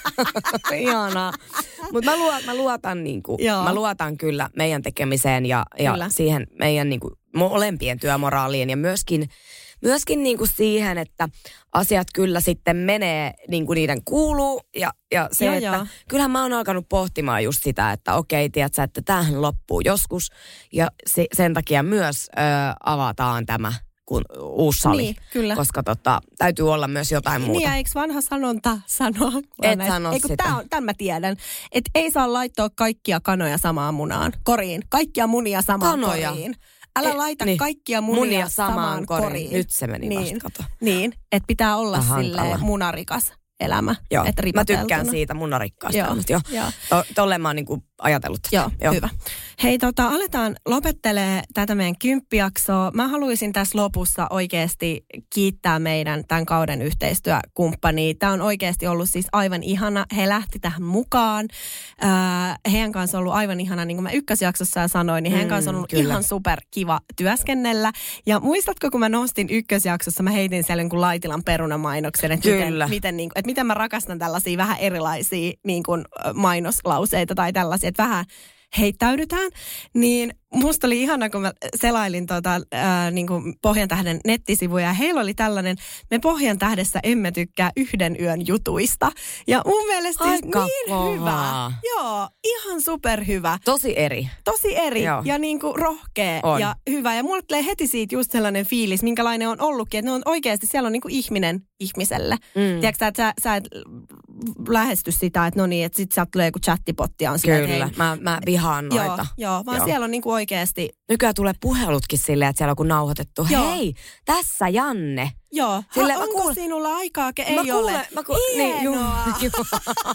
Ihanaa. Mutta mä, luot, mä luotan niinku, mä luotan kyllä meidän tekemiseen ja, ja siihen meidän niinku molempien työmoraaliin ja myöskin, myöskin niinku siihen, että asiat kyllä sitten menee niin kuin niiden kuuluu ja, ja se, joo, että joo. kyllähän mä oon alkanut pohtimaan just sitä, että okei, tiedätkö, että tämähän loppuu joskus ja se, sen takia myös ö, avataan tämä kuin uusi sali. Niin, kyllä. Koska tota, täytyy olla myös jotain muuta. Niin, ja eikö vanha sanonta sanoa? Et sano Eiku, sitä. Tämän, tämän mä tiedän. Että ei saa laittaa kaikkia kanoja samaan munaan. Koriin. Kaikkia munia samaan Kanoja. koriin. Älä E, laita niin. kaikkia munia, Munia samaan, samaan koriin. koriin. Nyt se meni niin. vasta, kato. Niin, että pitää olla Vähän silleen hankala. munarikas elämä. Joo, että mä tykkään ripoteltuna. siitä munarikkaasta. Joo, Joo. joo. To, tolleen mä oon niinku ajatellut tätä. Joo, Joo, hyvä. Hei, tota, aletaan lopettelee tätä meidän kymppijaksoa. Mä haluaisin tässä lopussa oikeasti kiittää meidän tämän kauden yhteistyökumppania. Tämä on oikeasti ollut siis aivan ihana. He lähti tähän mukaan. Äh, heidän kanssa on ollut aivan ihana, niin kuin mä ykkösjaksossa jo sanoin, niin heidän Mm, kanssa on ollut kyllä. ihan super kiva työskennellä. Ja muistatko, kun mä nostin ykkösjaksossa, mä heitin siellä jonkun Laitilan perunamainoksen, että miten, Kyllä. miten, niin kuin, että miten mä rakastan tällaisia vähän erilaisia niin kuin, mainoslauseita tai tällaisia, että vähän heittäydytään, niin musta oli ihana, kun mä selailin tota, ää, niin kuin Pohjantähden nettisivuja, ja heillä oli tällainen, me Pohjantähdessä emme tykkää yhden yön jutuista. Ja mun mielestä siis Aika niin kovaa. hyvä. Joo, ihan superhyvä. Tosi eri. Tosi eri Joo. ja niin kuin rohkea On. ja hyvä. Ja mulle tulee heti siitä just sellainen fiilis, minkälainen on ollutkin, että ne on oikeasti, siellä on niin kuin ihminen ihmiselle. Mm. Tiedätkö sä, että sä, sä et lähesty sitä, että no niin, että sit sieltä tulee joku chattipotti ja on silleen, että Kyllä. hei, Mä, mä vihaan Joo, noita. joo, vaan Joo. siellä on niinku oikeasti, Nykyään tulee puhelutkin silleen, että siellä on kun nauhoitettu. Joo. Hei, tässä Janne. joo, Silleen ha, mä onko kuulen- sinulla aikaa, ke ei mä ole? kuulen, mä kuulen, niin, juu, Hienoa. juu.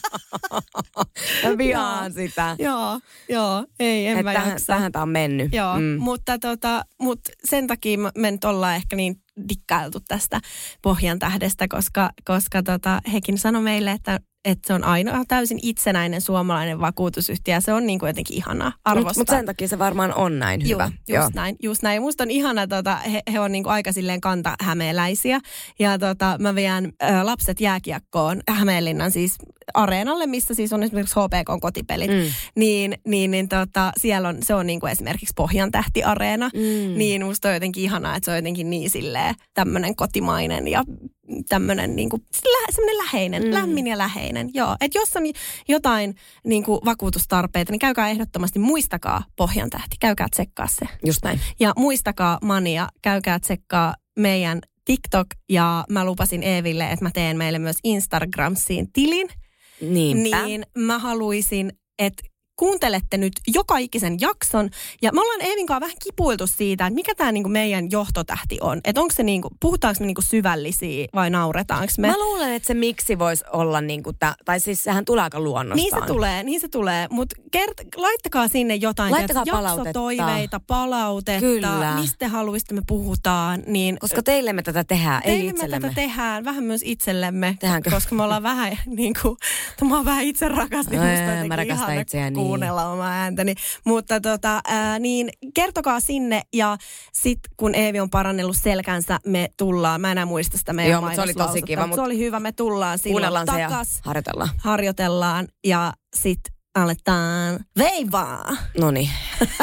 Mä vihaan sitä. Joo, joo, ei, en Et mä tähän, jaksa. tähän tää on mennyt. Joo, Mm. mutta tota, mut sen takia me nyt ollaan ehkä niin dikkailtu tästä Pohjantähdestä, koska, koska tota, hekin sanoi meille, että että se on ainoa täysin itsenäinen suomalainen vakuutusyhtiö, ja se on niin kuin jotenkin ihanaa arvostaa. Mutta sen takia se varmaan on näin Joo, hyvä. just Joo. näin, just näin. Ja musta on ihana, tota, he, he on niinku aika silleen kantahämeeläisiä. Ja tota, mä vien ä, lapset jääkiekkoon Hämeenlinnan siis areenalle, missä siis on esimerkiksi H P K:n kotipelit. Mm. Niin, niin, niin tota, siellä on, se on niinku esimerkiksi Pohjantähti-areena. Mm. Niin musta on jotenkin ihanaa, että se on jotenkin niin silleen tämmönen kotimainen ja tämmönen niinku, lä, semmoinen läheinen, mm. lämmin ja läheinen. Joo, että jos on jotain niinku vakuutustarpeita, niin käykää ehdottomasti, muistakaa Pohjantähti, käykää tsekkaa se. Just näin. Ja muistakaa Mania, käykää tsekkaa meidän TikTok, ja mä lupasin Eeville, että mä teen meille myös Instagramsiin tilin. Niinpä. Niin mä haluaisin, että kuuntelette nyt joka ikisen jakson. Ja me ollaan Eevin kanssa vähän kipuiltu siitä, että mikä tämä niinku meidän johtotähti on. Että onko se niinku, puhutaanko me niinku syvällisiä vai nauretaanko me? Mä luulen, että se miksi voisi olla niinku, tä, tai siis sehän tulee aika luonnostaan. Niin se tulee, niin se tulee. Mutta kert- laittakaa sinne jotain. Laittakaa tiedätkö, palautetta. jaksotoiveita, palautetta, Kyllä. mistä haluaisitte me puhutaan. Niin Koska teille me tätä tehdään, ei teille me itsellemme. tätä tehdään, vähän myös itsellemme. Tehdäänkö? Koska me ollaan vähän niin kuin, mä oon vähän itse rakas, niin Ää, musta on mä jotenkin rakastan ihana itseäni. kuunnella omaa ääntäni. Mutta tota, ää, niin kertokaa sinne, ja sit kun Eevi on parannellut selkänsä, me tullaan. Mä en enää muista sitä meidän Joo, mutta se oli tosi mainoslausetta, kiva, mutta se mut oli hyvä, me tullaan silloin Kuunnellaan se ja takas, harjoitellaan. harjoitellaan, ja sit aletaan veivaa. Noniin.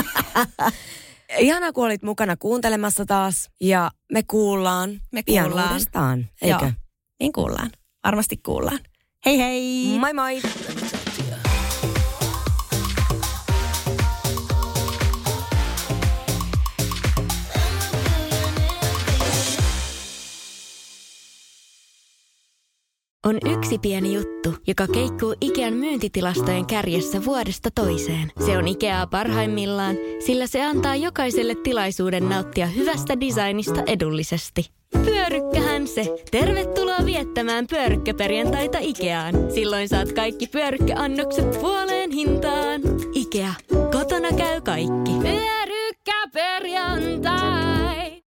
Ihanaa, kun olit mukana kuuntelemassa taas. Ja me kuullaan, Me pian kuullaan. uudestaan, eikö? Joo, niin kuullaan. Varmasti kuullaan. Hei hei! Moi moi! On yksi pieni juttu, joka keikkuu Ikean myyntitilastojen kärjessä vuodesta toiseen. Se on Ikeaa parhaimmillaan, sillä se antaa jokaiselle tilaisuuden nauttia hyvästä designista edullisesti. Pyörykkähän se! Tervetuloa viettämään pyörykkäperjantaita Ikeaan. Silloin saat kaikki pyörykkäannokset puoleen hintaan. Ikea. Kotona käy kaikki. Pyörykkäperjantai!